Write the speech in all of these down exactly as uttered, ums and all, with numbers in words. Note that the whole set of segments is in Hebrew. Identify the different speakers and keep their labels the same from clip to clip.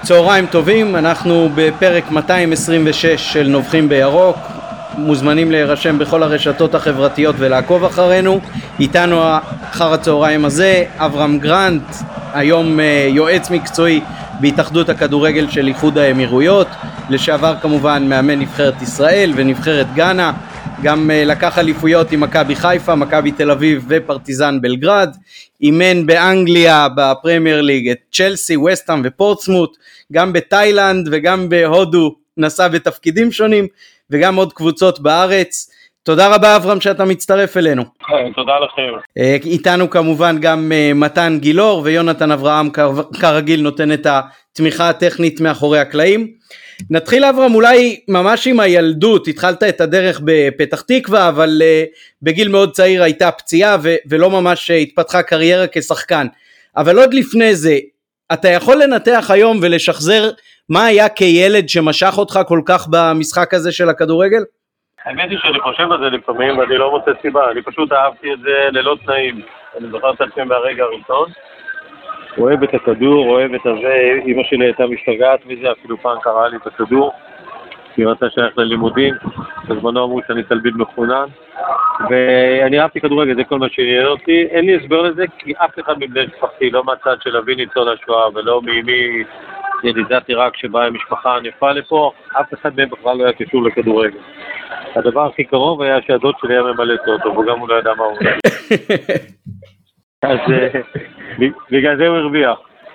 Speaker 1: צהריים טובים, אנחנו בפרק מאתיים עשרים ושש של נובחים בירוק. מוזמנים להירשם בכל הרשתות החברתיות ולעקוב אחרינו. איתנו אחר הצהריים הזה אברהם גרנט, היום יועץ מקצועי בהתאחדות הכדורגל של איחוד האמירויות, לשעבר כמובן מאמן נבחרת ישראל ונבחרת גאנה, גם לקח אליפויות עם מכבי חיפה, מכבי תל אביב ופרטיזן בלגרד, אימן באנגליה בפרמייר ליג את צ'לסי, וסטהאם ופורטסמות, גם בתאילנד וגם בהודו נסע בתפקידים שונים, וגם עוד קבוצות בארץ. תודה רבה אברהם שאתה מצטרף אלינו.
Speaker 2: תודה לכם.
Speaker 1: איתנו כמובן גם מתן גילור ויונתן אברהם כרגיל נותן את התמיכה הטכנית מאחורי הקלעים. נתחיל אברהם אולי ממש עם הילדות, התחלת את הדרך בפתח תקווה, אבל בגיל מאוד צעיר הייתה פציעה ו- ולא ממש התפתחה קריירה כשחקן. אבל עוד לפני זה, אתה יכול לנתח היום ולשחזר מה היה כילד שמשך אותך כל כך במשחק הזה של הכדורגל?
Speaker 2: האמת היא שאני חושב על זה לפעמים ואני לא מוצא סיבה, אני פשוט אהבתי את זה ללא תנאים. אני זוכר את עצמי מהרגע הראשון, אוהב את הכדור, אוהב את הזה, אמא שלי הייתה משתגעת מזה, אפילו פעם קראה לי את הכדור, כי רצה שייך ללימודים, בזמנו אמרו שאני תלמיד מחונן, ואני אהבתי כדורגל, זה כל מה שעניין אותי, אין לי הסבר לזה, כי אף אחד מבני משפחתי, לא מהצד של אבי ניצול השואה, ולא מאמי ילידת עיראק שבאה עם משפחה ענפה לפה, אף אחד מהם בכלל לא היה קשור לכדורגל. הדבר הכי קרוב היה שהדוד שלי היה ממלא אותו, וגם הוא לא ידע מה הוא אומר. אז בגלל זה הוא הרוויח.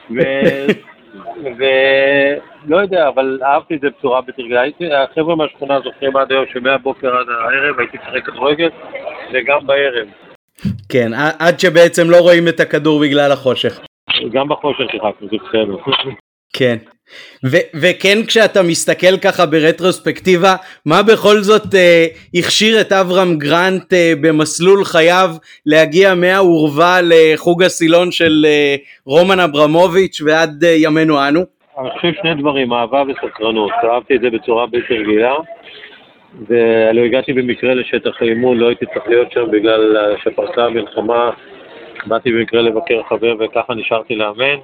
Speaker 2: ולא יודע, אבל אהבתי את זה בצורה בטרגלה. החבר'ה מהשכונה זוכרים עד היום שמהבוקר עד הערב הייתי צריך כדורגל, וגם בערב.
Speaker 1: כן, עד שבעצם לא רואים את הכדור בגלל החושך.
Speaker 2: גם בחושך שיחקנו, זה בסדר.
Speaker 1: כן, ו- וכן כשאתה מסתכל ככה ברטרוספקטיבה, מה בכל זאת אה, הכשיר את אברהם גרנט אה, במסלול חייו להגיע מהעורבה לחוג הסילון של אה, רומן אברמוביץ' ועד אה, ימינו אנו?
Speaker 2: אני חושב שני דברים, אהבה וסקרנות, אהבתי את זה בצורה בלתי רגילה, ולא הגעתי במקרה לשטח האימון, לא הייתי צריך להיות שם בגלל שפרצה המלחמה, באתי במקרה לבקר חבר וככה נשארתי לאמן,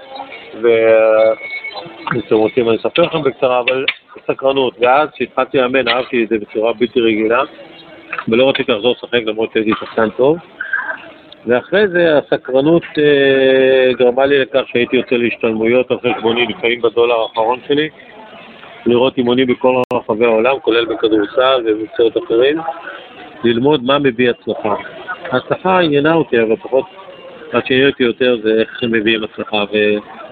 Speaker 2: ואתם רוצים אני אספר לכם בקצרה, אבל סקרנות, ואז כשהתחלתי לאמן אהבתי את זה בצורה בלתי רגילה ולא רציתי לחזור לשחק למרות שהייתי שחקן טוב, ואחרי זה הסקרנות אה, גרמה לי לכך שהייתי יוצא להשתלמויות על חשבוני לפעמים בדולר האחרון שלי, לראות אימונים בכל רחבי העולם כולל בכדורסל ובמקצועות אחרים, ללמוד מה מביא הצלחה. ההצלחה עניינה אותי, אבל פחות מה שעניין אותי יותר זה איך הם מביאים הצלחה, ו...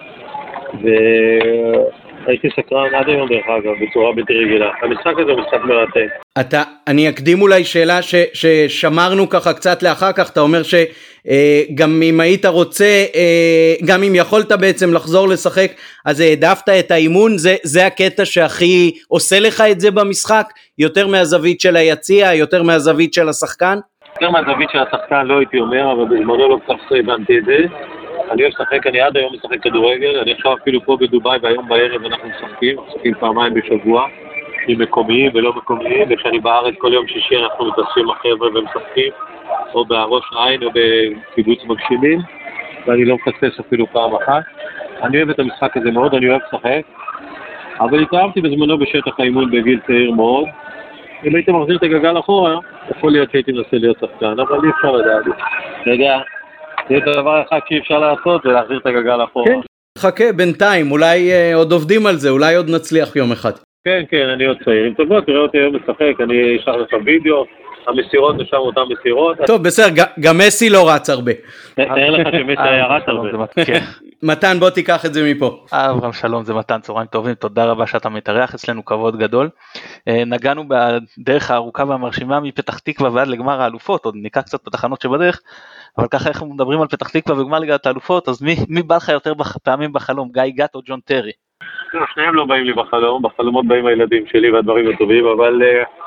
Speaker 2: והייתי סקרן עד היום דרך אגב בצורה בלתי רגילה. המשחק הזה הוא משחק מרתק.
Speaker 1: אתה, אני אקדים אולי שאלה ש, ששמרנו ככה קצת לאחר כך, אתה אומר שגם אם היית רוצה, גם אם יכולת בעצם לחזור לשחק, אז העדפת את האימון, זה, זה הקטע שהכי עושה לך את זה במשחק, יותר מהזווית של היציע, יותר מהזווית של השחקן?
Speaker 2: יותר מהזווית של השחקן לא הייתי אומר, אבל בזמנו לא קצת הבנתי את זה. אני אוהב לשחק, אני עד היום משחק כדורגל, אני עכשיו אפילו פה בדובאי והיום בערב אנחנו משחקים, משחקים פעמיים בשבוע, עם מקומיים ולא מקומיים, וכשאני בארץ כל יום שישי אנחנו מתאספים החבר'ה ומשחקים, או בראש העין או בקיבוץ מגשימים, ואני לא מפספס אפילו פעם אחת. אני אוהב את המשחק הזה מאוד, אני אוהב לשחק, אבל התאהבתי בזמנו בשטח האימון בגיל צעיר מאוד. אם הייתי מחזיר את הגלגל אחורה, יכול להיות שהייתי מנסה להיות שחקן, אבל אי אפשר לדעת. אתה יודע, זה דבר אחד שאי אפשר לעשות, זה להחזיר את הגלגל אחורה.
Speaker 1: כן, חכה, בינתיים, אולי אה, עוד עובדים על זה, אולי עוד נצליח יום אחד.
Speaker 2: כן, כן, אני עוד צעיר. אם תבוא, תראה אותי היום משחק, אני אשלח לך וידאו, המסירות לשם אותן מסירות.
Speaker 1: טוב, בסדר, גם מסי לא רץ הרבה.
Speaker 2: תאר לך שמסי היה רץ הרבה.
Speaker 1: מתן, בוא תיקח את זה מפה.
Speaker 3: אברהם, שלום, זה מתן, צהריים טובים, תודה רבה שאתה מתארח, אצלנו כבוד גדול. נגענו בדרך הארוכה והמרשימה מפתח תקווה ועד לגמר האלופות, עוד ניקח קצת בתחנות שבדרך, אבל ככה איך מדברים על פתח תקווה וגמר ליגת האלופות, אז מי, מי בא לך יותר פעמים בחלום, גיא גת או ג'ון טרי?
Speaker 2: שניהם לא באים לי בחלום, בחלומות באים הילדים שלי והדברים הטובים, אבל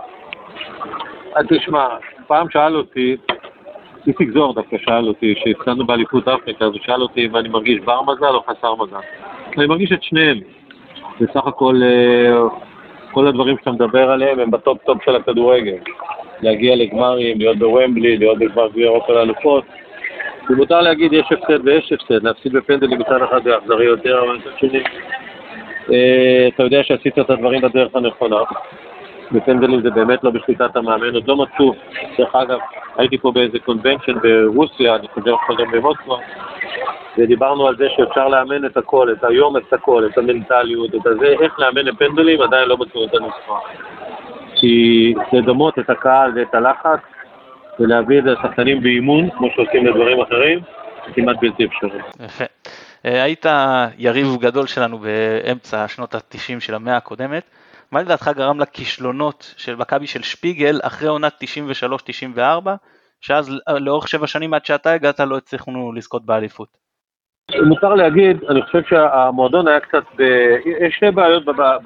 Speaker 2: תשמע, פעם שאל אותי, איציק זוהר דווקא שאל אותי, שהפסדנו באליפות אפריקה, אז הוא שאל אותי אם אני מרגיש בר מזל או חסר מזל. אני מרגיש את שניהם. בסך הכל, כל הדברים שאתה מדבר עליהם הם בטופ טופ של הכדורגל. להגיע לגמרים, להיות בוומבלי, להיות בגמר גביע אירופה לאלופות. ומותר להגיד יש הפסד ויש הפסד, להפסיד בפנדלים מצד אחד ואכזרי יותר, אבל מצד שני, אתה יודע שעשית את הדברים בדרך הנכונה. בפנדלים זה באמת לא בשליטת המאמן, עוד לא מצאו. דרך אגב, הייתי פה באיזה קונבנצ'ן ברוסיה, אני חושב חודם במוסקבה, ודיברנו על זה שאפשר לאמן את הכל, את היום, את הכל, את המנטליות, את הזה, איך לאמן לפנדלים, עדיין לא מצאו את הנוסחה. כי לדמות את הקהל ואת הלחץ, ולהביא את השחקנים באימון, כמו שעושים לדברים אחרים, כמעט בלתי אפשרי.
Speaker 3: יפה. היית יריב גדול שלנו באמצע שנות ה-תשעים של המאה הקודמת. מה לדעתך גרם לכישלונות של מכבי של שפיגל אחרי עונת תשעים ושלוש תשעים וארבע, שאז לאורך שבע שנים עד שאתה הגעת לא הצליחנו לזכות באליפות?
Speaker 2: מותר להגיד, אני חושב שהמועדון היה קצת, ב... יש שתי בעיות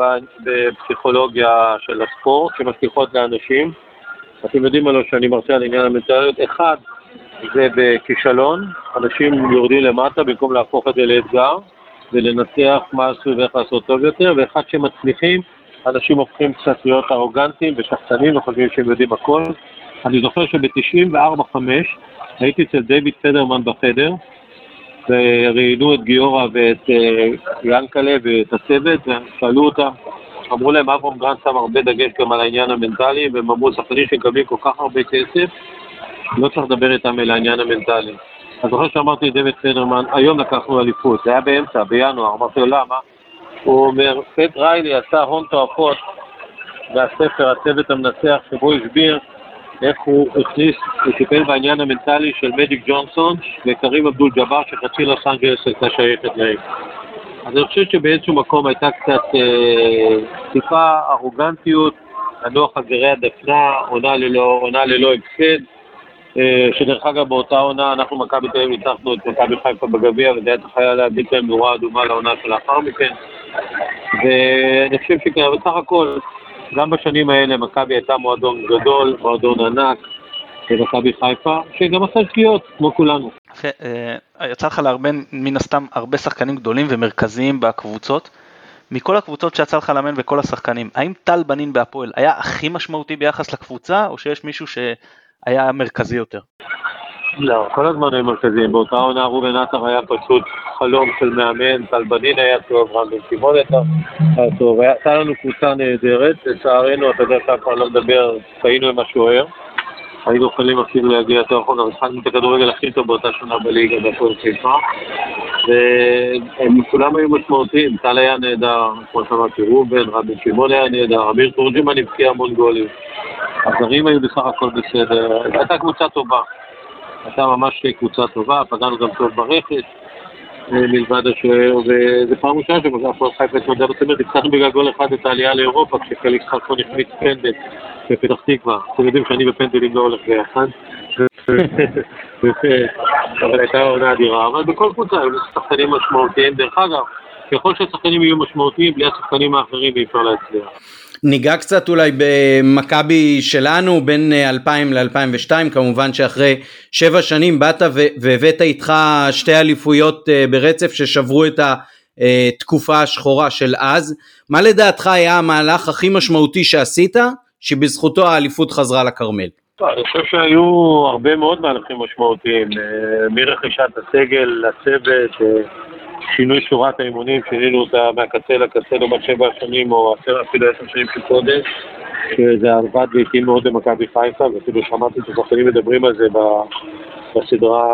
Speaker 2: בפסיכולוגיה של הספורט שמצליחות לאנשים. אתם יודעים עליו שאני מרצה על עניין המנטליות. אחד, זה בכישלון, אנשים יורדים למטה במקום להפוך את זה לאתגר ולנצח מה עשו ואיך לעשות טוב יותר, ואחד שמצליחים, אנשים הופכים קצת להיות ארוגנטיים ושחצנים וחושבים שהם יודעים הכל. אני זוכר שב-תשעים וארבע חמש הייתי אצל דיוויד פדרמן בחדר, וראיינו את גיורא ואת ינקלה ואת הצוות, ושאלו אותם, אמרו להם, אברהם גרנט שם הרבה דגש גם על העניין המנטלי, והם אמרו, שחקנים שמקבלים כל כך הרבה כסף, לא צריך לדבר איתם על העניין המנטלי. אז זוכר שאמרתי לדיוויד פדרמן, היום לקחנו אליפות, זה היה באמצע, בינואר, אמרתי לו, למה? הוא אומר, פט ריילי עשה הון תועפות בספר הצוות המנצח, שבו הסביר איך הוא הכניס, הוא טיפל בעניין המנטלי של מג'יק ג'ונסון וקרים אבדול ג'אבר, שחצי לוס אנג'לס הייתה שייכת להם. אז אני חושב שבאיזשהו מקום הייתה קצת אה, טיפה ארוגנטיות, הנוח הגרי הדפנה, עונה ללא, עונה ללא הפסד, אה, שדרך אגב באותה עונה אנחנו מכבי תל אביב ניצחנו את מכבי חיפה בגביע, וזה היה תחיה להדליק להם נורה אדומה לעונה שלאחר מכן. ואני חושב שבסך הכל, גם בשנים האלה מכבי הייתה מועדון גדול, מועדון ענק, מכבי חיפה, שגם עשה שגיאות, כמו כולנו.
Speaker 3: יצא לך לארבן מן הסתם הרבה שחקנים גדולים ומרכזיים בקבוצות. מכל הקבוצות שיצא לך לאמן וכל השחקנים, האם טל בנין בהפועל היה הכי משמעותי ביחס לקבוצה, או שיש מישהו שהיה מרכזי יותר?
Speaker 2: לא, כל הזמן היו מרכזיים. באותה עונה רובן עטר היה פשוט חלום של מאמן, טל בנין היה טוב, רם בן שמעון היה טוב. הייתה לנו קבוצה נהדרת, לצערנו, אתה יודע שאף פעם לא מדבר, היינו עם השוער. היינו יכולים אפילו להגיע יותר רחוק, אבל שחקנו את הכדורגל הכי טוב באותה שנה בליגה בהפועל חיפה. והם כולם היו משמעותיים, טל היה נהדר, כמו שאמרתי, רובן, רם בן שמעון היה נהדר, אמיר תורג'מן הבקיע המון גולים. הזרים היו בסך הכל בסדר, הייתה קבוצה טובה. הייתה ממש קבוצה טובה, פגענו גם טוב ברכס, מלבד השוער, וזה פעם ראשונה שבגלל חיפה התמודדה בצמרת, הצלחנו בגלל גול אחד את העלייה לאירופה, כשקליק חלפון החמיץ פנדל בפתח תקווה. אתם יודעים שאני בפנדלים לא הולך ביחד, אבל הייתה עונה אדירה, אבל בכל קבוצה היו שחקנים משמעותיים. דרך אגב, ככל שהשחקנים יהיו משמעותיים, בלי השחקנים האחרים אי אפשר להצליח.
Speaker 1: ניגע קצת אולי במכבי שלנו בין אלפיים ל-אלפיים ושתיים, כמובן שאחרי שבע שנים באת והבאת איתך שתי אליפויות ברצף ששברו את התקופה השחורה של אז. מה לדעתך היה המהלך הכי משמעותי שעשית, שבזכותו האליפות חזרה לכרמל?
Speaker 2: אני חושב שהיו הרבה מאוד מהלכים משמעותיים, מרכישת הסגל לצוות, שינוי שורת האימונים, שינינו אותה מהקצה לקצה לעומת שבע שנים או אפילו עשר שנים שקודם, שזה עבד והתאים מאוד במכבי חיפה, ואפילו שמעתי את השחקנים מדברים על זה בסדרה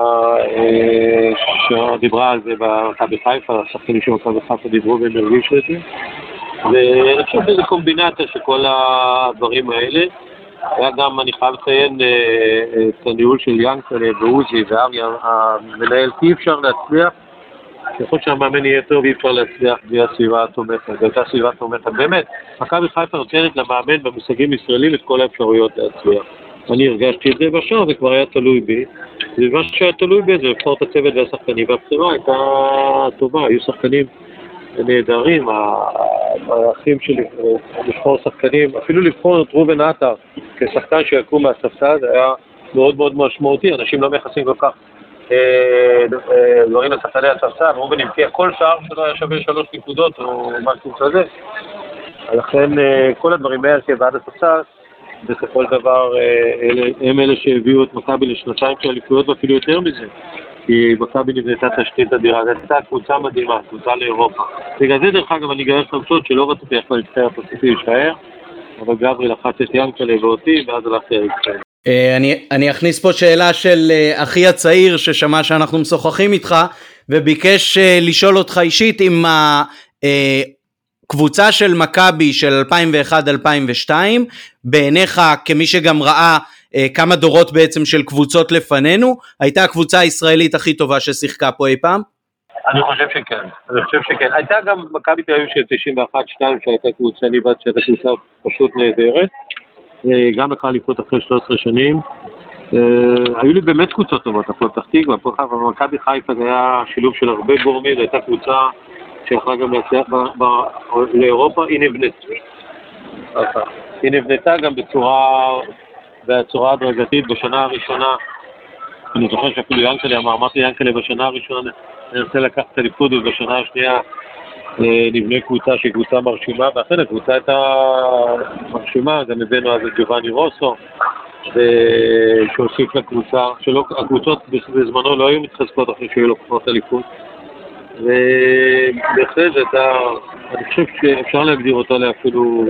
Speaker 2: שדיברה על זה במכבי חיפה, השחקנים של מכבי חיפה דיברו והם הרגישו את זה, ואני חושב שזה קומבינציה של כל הדברים האלה. היה גם, אני חייב לציין, את הניהול של ינקלה ועוזי ואריה, המנהל, כי אפשר להצליח, ככל שהמאמן יהיה טוב, אי אפשר להצליח בלי הסביבה התומכת, ואותה סביבה תומכת. באמת, מכבי חיפה נותנת למאמן במושגים ישראלים את כל האפשרויות להצליח. אני הרגשתי את זה בשער, זה כבר היה תלוי בי, ומה שהיה תלוי בי זה לבחור את הצוות והשחקנים, והבחירה הייתה טובה, היו שחקנים נהדרים, האחים שלי, לבחור שחקנים, אפילו לבחור את רובן עטר כשחקן שיקום מהספסל, זה היה מאוד מאוד משמעותי, אנשים לא מייחסים כל כך דברים לשחקני הספסל, רובן הבקיע כל שער שלא היה שווה שלוש נקודות או משהו כזה. לכן כל הדברים מהרכב ועד הספסל, בסופו של דבר הם אלה שהביאו את מכבי לשנתיים של אליפויות ואפילו יותר מזה. כי מכבי נבנתה תשתית אדירה, זו הייתה קבוצה מדהימה, קבוצה לאירופה. בגלל זה דרך אגב אני גרש חמשות שלא רציתי איך לנבחרת, רציתי להישאר, אבל גברי לחץ את ינקלה ואותי, ואז הלכתי להישאר.
Speaker 1: אני, אני אכניס פה שאלה של אחי הצעיר ששמע שאנחנו משוחחים איתך, וביקש לשאול אותך אישית אם הקבוצה של מכבי של אלפיים ואחת אלפיים ושתיים, בעיניך כמי שגם ראה כמה דורות בעצם של קבוצות לפנינו, הייתה הקבוצה הישראלית הכי טובה ששיחקה פה אי פעם?
Speaker 2: אני חושב שכן, אני חושב שכן. הייתה גם מכבי תל אביב של תשעים ואחת שתיים שהייתה קבוצה ליבת, שהייתה קבוצה פשוט נהדרת, גם לקחה אליפות אחרי שלוש עשרה שנים. היו לי באמת קבוצות טובות, הפועל פתח תקווה, אבל מכבי חיפה זה היה שילוב של הרבה גורמים, זו הייתה קבוצה שיכולה גם להצליח לאירופה, היא נבנתה. היא נבנתה גם בצורה, בצורה הדרגתית בשנה הראשונה. אני זוכר שאפילו ינקלה אמר, אמרתי ינקלה בשנה הראשונה, אני רוצה לקחת אליפות, ובשנה השנייה נבנה קבוצה שהיא קבוצה מרשימה, ואכן הקבוצה הייתה מרשימה, גם הבאנו אז את ג'ובאני רוסו, שהוסיף לקבוצה, שהקבוצות בזמנו לא היו מתחזקות אחרי שהיו לוקחות אליפות, ובהחלט הייתה, אני חושב שאפשר להגדיר אותה לאפילו,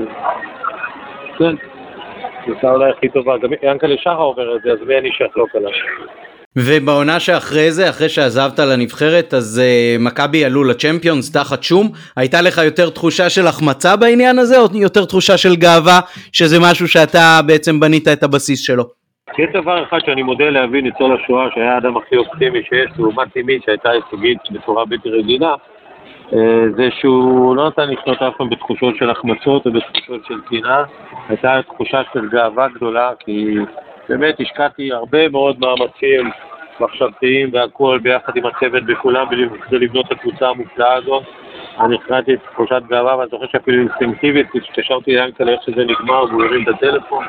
Speaker 2: כן, זו אולי הכי טובה, גם ינקלה שחר אומר את זה, אז מי אני שאחלוק עליו.
Speaker 1: ובעונה שאחרי זה, אחרי שעזבת לנבחרת, אז uh, מכבי עלו לצ'מפיונס תחת שום, הייתה לך יותר תחושה של החמצה בעניין הזה, או יותר תחושה של גאווה, שזה משהו שאתה בעצם בנית את הבסיס שלו?
Speaker 2: יש דבר אחד שאני מודה להביא ניצול השואה, שהיה האדם הכי אופטימי שיש, הוא מתימי שהייתה הישגית בצורה בלתי רגילה, זה שהוא לא נתן לשנות אף פעם בתחושות של החמצות ובתחושות של טינה, הייתה תחושה של גאווה גדולה, כי באמת השקעתי הרבה מאוד מאמצים מחשבתיים והכל ביחד עם הצוות בכולם כדי לבנות את הקבוצה המופלאה הזאת. אני החלטתי את תחושת גאווה, ואני זוכר שאפילו אינסטינקטיבית, כששארתי ינקלה איך שזה נגמר, והוא הרים את הטלפון,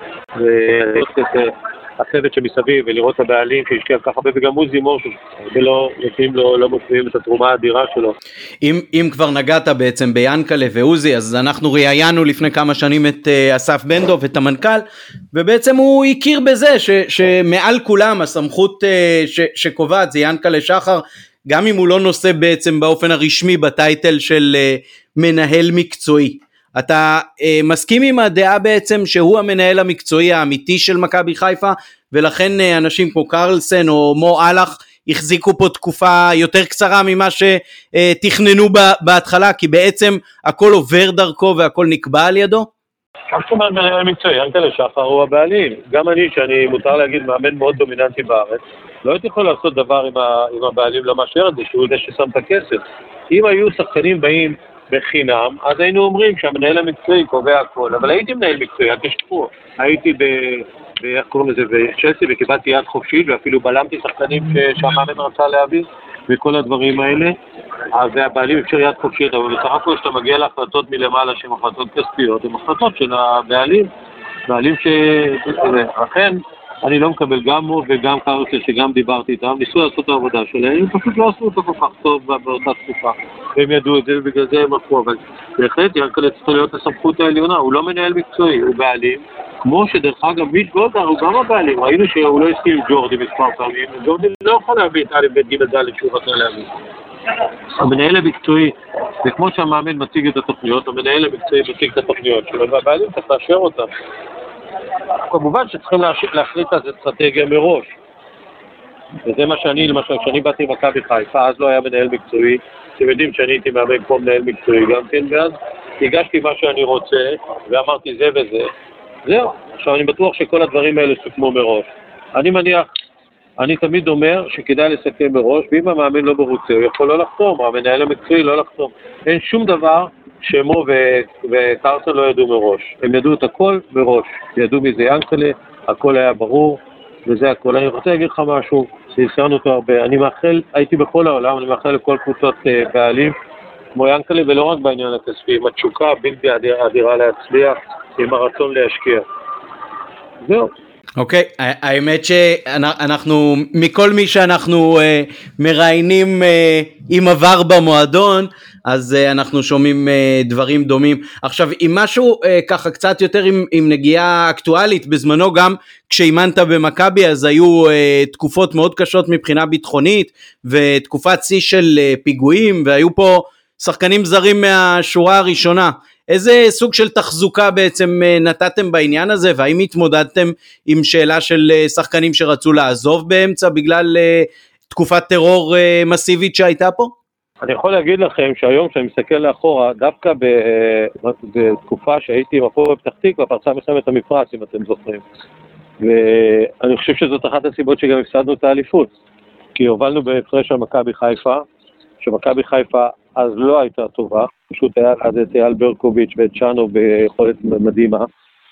Speaker 2: ולראות את הצוות שמסביב, ולראות את הבעלים שהשקיע ככה הרבה, וגם עוזי מור, ולא נותנים לו, לא מופיעים את התרומה האדירה שלו.
Speaker 1: אם, אם כבר נגעת בעצם ביאנקלה ועוזי, אז אנחנו ראיינו לפני כמה שנים את uh, אסף בנדוב, את המנכ"ל, ובעצם הוא הכיר בזה ש, שמעל כולם הסמכות uh, ש, שקובעת זה יאנקלה שחר, גם אם הוא לא נושא בעצם באופן הרשמי בטייטל של uh, מנהל מקצועי. אתה uh, מסכים עם הדעה בעצם שהוא המנהל המקצועי האמיתי של מכבי חיפה, ולכן uh, אנשים כמו קרלסן או מו אלח החזיקו פה תקופה יותר קצרה ממה שתכננו uh, בהתחלה, כי בעצם הכל עובר דרכו והכל נקבע על ידו?
Speaker 2: גם שומע מנהל מקצועי, ינקלה שחר הוא הבעלים. גם אני, שאני מותר להגיד מאמן מאוד דומיננטי בארץ, לא הייתי יכול לעשות דבר עם, ה, עם הבעלים לא מאשר את זה, שהוא זה ששם את הכסף. אם היו שחקנים באים בחינם, אז היינו אומרים שהמנהל המקצועי קובע הכל, אבל הייתי מנהל מקצועי, אל תשכחו. הייתי ב... איך קוראים לזה? בצ'לסי, וקיבלתי יד חופשית, ואפילו בלמתי שחקנים שהמאמן רצה להביא, וכל הדברים האלה. אז הבעלים אפשר יד חופשית, אבל בסך הכל שאתה מגיע להחלטות מלמעלה שהן החלטות כספיות, הן החלטות של הבעלים, בעלים ש... לכן, אני לא מקבל גם מו וגם קרוסה שגם דיברתי איתם, ניסו לעשות את העבודה שלהם, הם פשוט לא עשו אותו כל כך טוב באותה תקופה, והם ידעו את זה ובגלל זה הם עשו, אבל בהחלט ינקלה צריך להיות הסמכות העליונה, הוא לא מנהל מקצועי, הוא בעלים, כמו שדרך אגב מיץ' גולדהר הוא גם הבעלים, ראינו שהוא לא הסכים עם ג'ורדי מספר פעמים, ג'ורדי לא יכול להביא את א' ב' ג' ד' שהוא רוצה להביא. המנהל המקצועי, זה כמו שהמאמן מציג את התוכניות, המנהל המקצועי מציג את התוכניות שלו, והבעלים צריך לאשר אותם. כמובן שצריכים להחליט על זה אסטרטגיה מראש. וזה מה שאני, למשל, כשאני באתי עם מכבי חיפה, אז לא היה מנהל מקצועי, אתם יודעים שאני הייתי מאמן כמו מנהל מקצועי גם כן, ואז הגשתי מה שאני רוצה, ואמרתי זה וזה. זהו. עכשיו אני בטוח שכל הדברים האלה סוכמו מראש. אני מניח, אני תמיד אומר שכדאי לסכם מראש, ואם המאמן לא מרוצה, הוא יכול לא לחתום, המנהל המקצועי לא לחתום. אין שום דבר שמו וקרסון לא ידעו מראש. הם ידעו את הכל מראש. ידעו מי זה ינקלה, הכל היה ברור, וזה הכל. אני רוצה להגיד לך משהו, שהזכרנו אותו הרבה. אני מאחל, הייתי בכל העולם, אני מאחל לכל קבוצות בעלים, כמו ינקלה, ולא רק בעניין הכספי, עם התשוקה בלתי אדירה להצליח, עם הרצון להשקיע. זהו.
Speaker 1: אוקיי, okay, האמת שאנחנו, מכל מי שאנחנו uh, מראיינים uh, עם עבר במועדון, אז uh, אנחנו שומעים uh, דברים דומים. עכשיו, עם משהו uh, ככה קצת יותר עם, עם נגיעה אקטואלית, בזמנו גם כשאימנת במכבי, אז היו uh, תקופות מאוד קשות מבחינה ביטחונית, ותקופת שיא של uh, פיגועים, והיו פה שחקנים זרים מהשורה הראשונה. איזה סוג של תחזוקה בעצם uh, נתתם בעניין הזה, והאם התמודדתם עם שאלה של uh, שחקנים שרצו לעזוב באמצע, בגלל uh, תקופת טרור uh, מסיבית שהייתה פה?
Speaker 2: אני יכול להגיד לכם שהיום כשאני מסתכל לאחורה, דווקא בתקופה שהייתי עם הפועל פתח תקווה, פרצה מלחמת המפרץ, אם אתם זוכרים. ואני חושב שזאת אחת הסיבות שגם הפסדנו את האליפות. כי הובלנו בהפרש על מכבי חיפה, שמכבי חיפה אז לא הייתה טובה, פשוט היה אז את אייל ברקוביץ' ואת צ'אנו ביכולת מדהימה.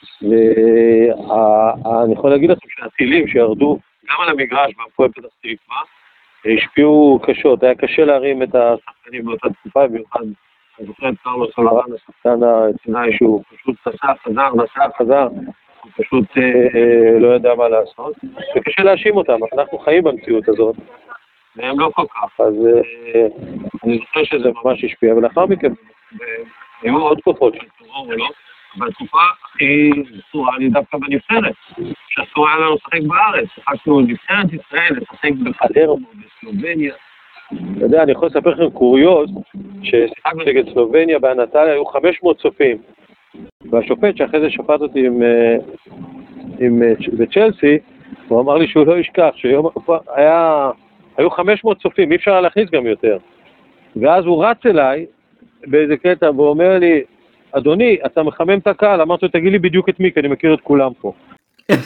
Speaker 2: ואני יכול להגיד לכם שהטילים שירדו גם על המגרש בהפועל פתח תקווה, השפיעו קשות, היה קשה להרים את השחקנים באותה תקופה, במיוחד, אני זוכר את קרלוס סולרן, השחקן הציני שהוא פשוט נסע, חזר, נסע, חזר, הוא פשוט אה, אה, לא ידע מה לעשות, וקשה להאשים אותם, אנחנו חיים במציאות הזאת, והם לא כל כך, אז אה, אני זוכר שזה ממש השפיע, ולאחר מכן, היו עוד כוחות של טרור או לא, אבל התקופה הכי אסורה לי דווקא בנבחרת, שאסור היה לנו לשחק בארץ, שחקנו נבחרת ישראל, לשחק בפלרמו, בסלובניה. אתה יודע, אני יכול לספר לכם קוריוז, ששיחקנו נגד סלובניה באנטליה, היו חמש מאות צופים, והשופט שאחרי זה שפט אותי עם, עם, בצ'לסי, הוא אמר לי שהוא לא ישכח, שיום היה, היו חמש מאות צופים, אי אפשר היה להכניס גם יותר. ואז הוא רץ אליי באיזה קטע, והוא אומר לי, אדוני, אתה מחמם את הקהל, אמרת לו, תגיד לי בדיוק את מי, כי אני מכיר את כולם פה. הוא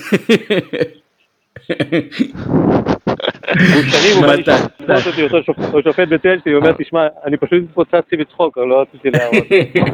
Speaker 2: שנים, הוא בא לי שפט אותי, אותו שופט בצ'לסי, הוא אומר, תשמע, אני פשוט התפוצצתי בצחוק, אבל לא רציתי להראות.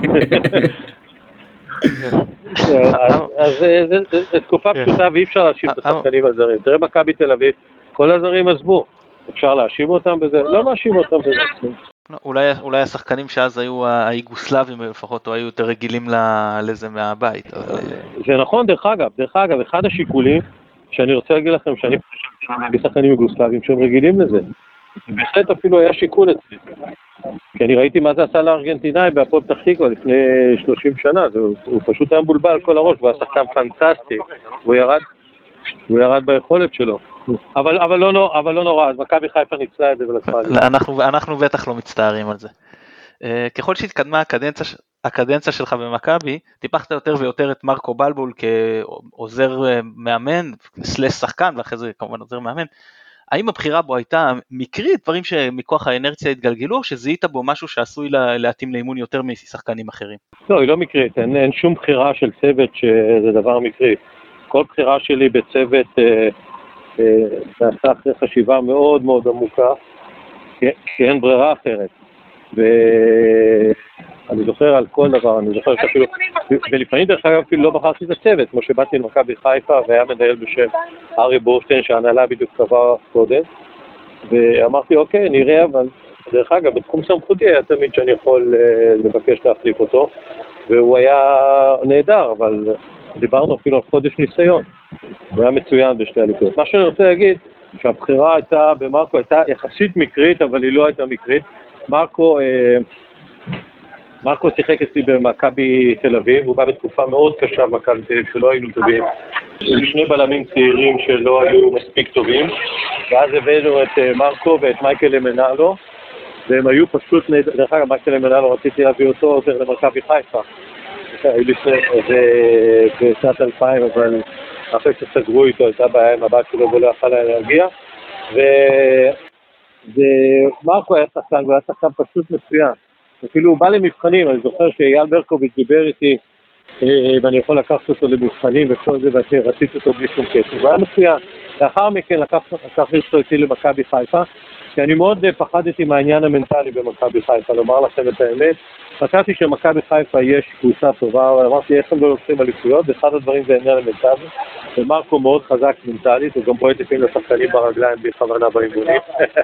Speaker 2: אז זו תקופה פשוטה, ואי אפשר להאשים את השחקנים הזרים. תראה מכבי תל אביב, כל הזרים עזבו. אפשר להאשים אותם בזה? לא מאשים אותם בזה.
Speaker 3: אולי, אולי השחקנים שאז היו היוגוסלבים לפחות, או היו יותר רגילים לזה מהבית.
Speaker 2: זה נכון, דרך אגב, דרך אגב, אחד השיקולים שאני רוצה להגיד לכם, שאני חושב שאני שחקנים יוגוסלבים שהם רגילים לזה. בהחלט אפילו היה שיקול אצלי. כי אני ראיתי מה זה עשה לארגנטינאי בהפועל פתח תקווה לפני שלושים שנה, הוא פשוט היה מבולבל כל הראש, והוא היה שחקן פנטסטי, הוא ירד, הוא ירד ביכולת שלו. אבל, אבל, לא, אבל לא נורא, אז מכבי חיפה ניצלה את זה ולקחה את זה.
Speaker 3: אנחנו, אנחנו בטח לא מצטערים על זה. ככל שהתקדמה הקדנציה, הקדנציה שלך במכבי, טיפחת יותר ויותר את מרקו בלבול כעוזר מאמן, סלש שחקן, ואחרי זה כמובן עוזר מאמן. האם הבחירה בו הייתה מקרית, דברים שמכוח האנרציה התגלגלו, או שזיהית בו משהו שעשוי להתאים לאימון יותר משחקנים אחרים?
Speaker 2: לא, היא לא מקרית, אין, אין שום בחירה של צוות שזה דבר מקרי. כל בחירה שלי בצוות אה, אה, נעשה אחרי חשיבה מאוד מאוד עמוקה, כי, כי אין ברירה אחרת. ואני זוכר על כל דבר, אני זוכר שאפילו, ולפעמים דרך אגב אפילו לא בחרתי את הצוות, כמו שבאתי למכבי חיפה והיה מנהל בשם ארי בורשטיין שההנהלה בדיוק קבע קודם, ואמרתי אוקיי נראה, אבל דרך אגב בתחום סמכותי היה תמיד שאני יכול לבקש להחליף אותו, והוא היה נהדר, אבל דיברנו אפילו על חודש ניסיון, הוא היה מצוין בשתי הליכות. מה שאני רוצה להגיד, שהבחירה הייתה במרקו הייתה יחסית מקרית, אבל היא לא הייתה מקרית. מרקו, אה, מרקו שיחק אצלי במכבי תל אביב, הוא בא בתקופה מאוד קשה במכבי תל אביב שלא היינו טובים. שני בלמים צעירים שלא היו מספיק טובים, ואז הבאנו את אה, מרקו ואת מייקל אמנלו, והם היו פשוט, דרך אגב מייקל אמנלו רציתי להביא אותו יותר למכבי חיפה. היו לפני, זה בשנת אלפיים, אבל אחרי שסגרו איתו הייתה בעיה עם הבת שלו ולא יכל להגיע, ו... ומרקו היה שחקן, הוא היה שחקן פשוט מצוין. אפילו הוא בא למבחנים, אני זוכר שאייל ברקוביץ' דיבר איתי, ואני יכול לקחת אותו למבחנים וכל זה, ורציתי אותו בלי שום כסף. הוא היה מצוין. לאחר מכן לקחתי אותו איתי למכבי חיפה, כי אני מאוד פחדתי מהעניין המנטלי במכבי חיפה, לומר לכם את האמת. חשבתי שמכבי חיפה יש קבוצה טובה, אבל אמרתי איך הם לא לוקחים אליפויות, ואחד הדברים זה העניין המנטלי, ומרקו מאוד חזק מנטלית, הוא גם בועט לפעמים לשחקנים ברגליים בלי כוונה באימונים.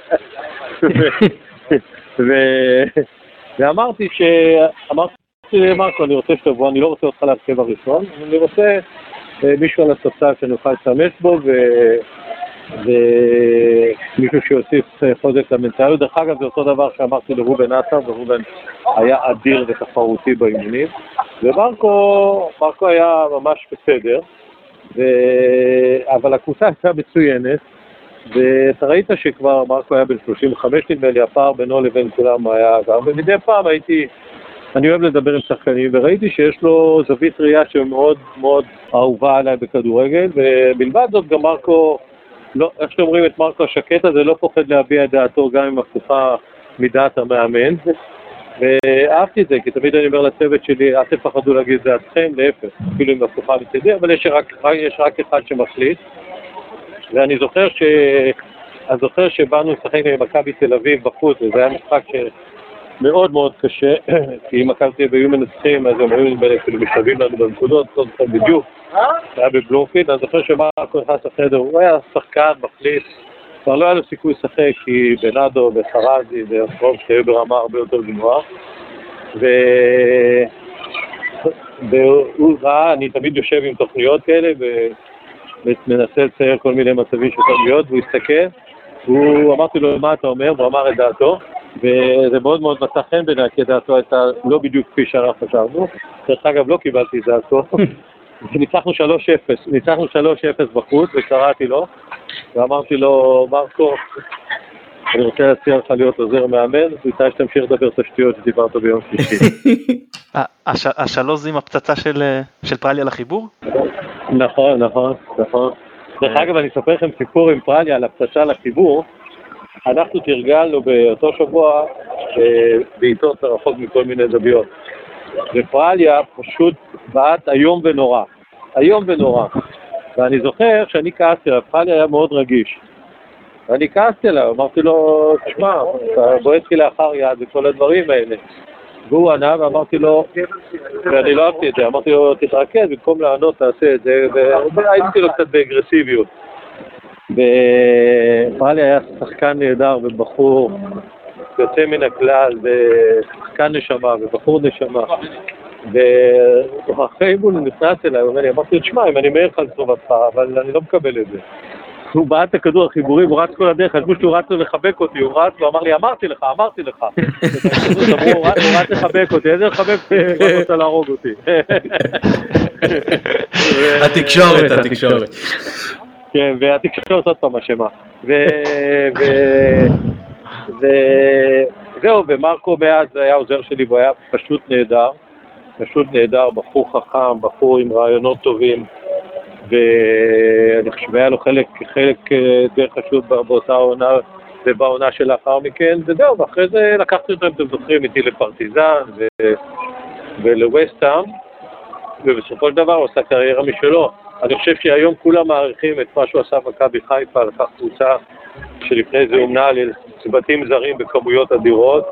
Speaker 2: ואמרתי שאמרתי למרקו, אני רוצה שתבוא, אני לא רוצה אותך להרכב הראשון, אני רוצה מישהו על הספסל שאני אוכל להשתמש בו, ומישהו שיוסיף חוזק למנטליות. דרך אגב, זה אותו דבר שאמרתי לרובן עטר, ורובן היה אדיר ותחרותי באימונים, ומרקו מרקו היה ממש בסדר, ו... אבל הקבוצה הייתה מצוינת, ואתה ראית שכבר מרקו היה בן שלושים וחמש, נדמה לי, הפער בינו לבין כולם היה גם, ומדי פעם הייתי, אני אוהב לדבר עם שחקנים, וראיתי שיש לו זווית ראייה שמאוד מאוד אהובה עליי בכדורגל, ובלבד זאת גם מרקו, לא, איך שאתם אומרים את מרקו השקט הזה, לא פוחד להביע את דעתו גם עם הפוכה מדעת המאמן, ואהבתי את זה, כי תמיד אני אומר לצוות שלי, אל תפחדו להגיד את דעתכם, להפך, אפילו עם הפוכה מצדי, אבל יש רק, יש רק אחד שמחליט, ואני זוכר ש... אני זוכר שבאנו לשחק עם מכבי תל אביב בחוץ, וזה היה משחק שמאוד מאוד קשה, כי אם מכבי תל אביב היו מנצחים, אז הם היו כאילו משתווים לנו בנקודות, לא זוכר בדיוק, זה היה בבלומפילד, אני זוכר שמרקו נכנס לחדר, הוא היה שחקן, מחליט, כבר לא היה לו סיכוי לשחק, כי בנאדו וחרזי ואפרוב שהיו ברמה הרבה יותר גבוהה, ו... והוא ראה, אני תמיד יושב עם תוכניות כאלה, ומנסה לצייר כל מיני מצבים שיכולים להיות, והוא הסתכל, הוא אמרתי לו מה אתה אומר, והוא אמר את דעתו, וזה מאוד מאוד מצא חן בעיניי, כי דעתו הייתה לא בדיוק כפי שאנחנו חשבנו, דרך אגב לא קיבלתי את דעתו, וניצחנו שלוש אפס, ניצחנו שלוש אפס בחוץ, וקראתי לו, ואמרתי לו, מרקו, אני רוצה להציע לך להיות עוזר מאמן, ואיתה שתמשיך לדבר את השטויות שדיברת ביום שלישי.
Speaker 3: השלוש עם הפצצה של פרליה לחיבור?
Speaker 2: נכון, נכון, נכון. דרך אגב, אני אספר לכם סיפור עם פרליה על הפצצה לחיבור. אנחנו תרגלנו באותו שבוע בעיתות רחוק מכל מיני זוויות. ופרליה פשוט בעט היום ונורא. היום ונורא. ואני זוכר שאני כעסתי לה, פרליה היה מאוד רגיש. ואני כעסתי לה, אמרתי לו, תשמע, אתה בועט לי לאחר יד וכל הדברים האלה. והוא ענה ואמרתי לו, ואני לא אהבתי את זה, אמרתי לו, תתרכז, במקום לענות תעשה את זה, והייתי לו קצת באגרסיביות. ופרליה היה שחקן נהדר ובחור יוצא מן הכלל, ושחקן נשמה ובחור נשמה. ואחרי הוא נכנס אליי, הוא אומר לי, אמרתי לו, תשמע, אם אני מהר לך לטובתך, אבל אני לא מקבל את זה. הוא בעט את הכדור החיבורי, הוא רץ כל הדרך, חשבו שהוא רץ לו לחבק אותי, הוא רץ ואמר לי, אמרתי לך, אמרתי לך. הוא רץ לחבק אותי, איזה לחבק, הוא רוצה להרוג אותי.
Speaker 1: התקשורת, התקשורת.
Speaker 2: כן, והתקשורת עוד פעם אשמה. וזהו, ומרקו מאז היה עוזר שלי, והוא היה פשוט נהדר, פשוט נהדר, בחור חכם, בחור עם רעיונות טובים, ואני חושב היה לו חלק, חלק די חשוב באותה עונה ובעונה שלאחר מכן, וזהו, ואחרי זה לקחתי אותו, אם אתם זוכרים, איתי לפרטיזן ולווסטהאם, ובסופו של דבר הוא עשה קריירה משלו. אני חושב שהיום כולם מעריכים את מה שהוא עשה במכבי חיפה, לקח קבוצה שלפני זה אומנה על צוותים זרים בכמויות אדירות,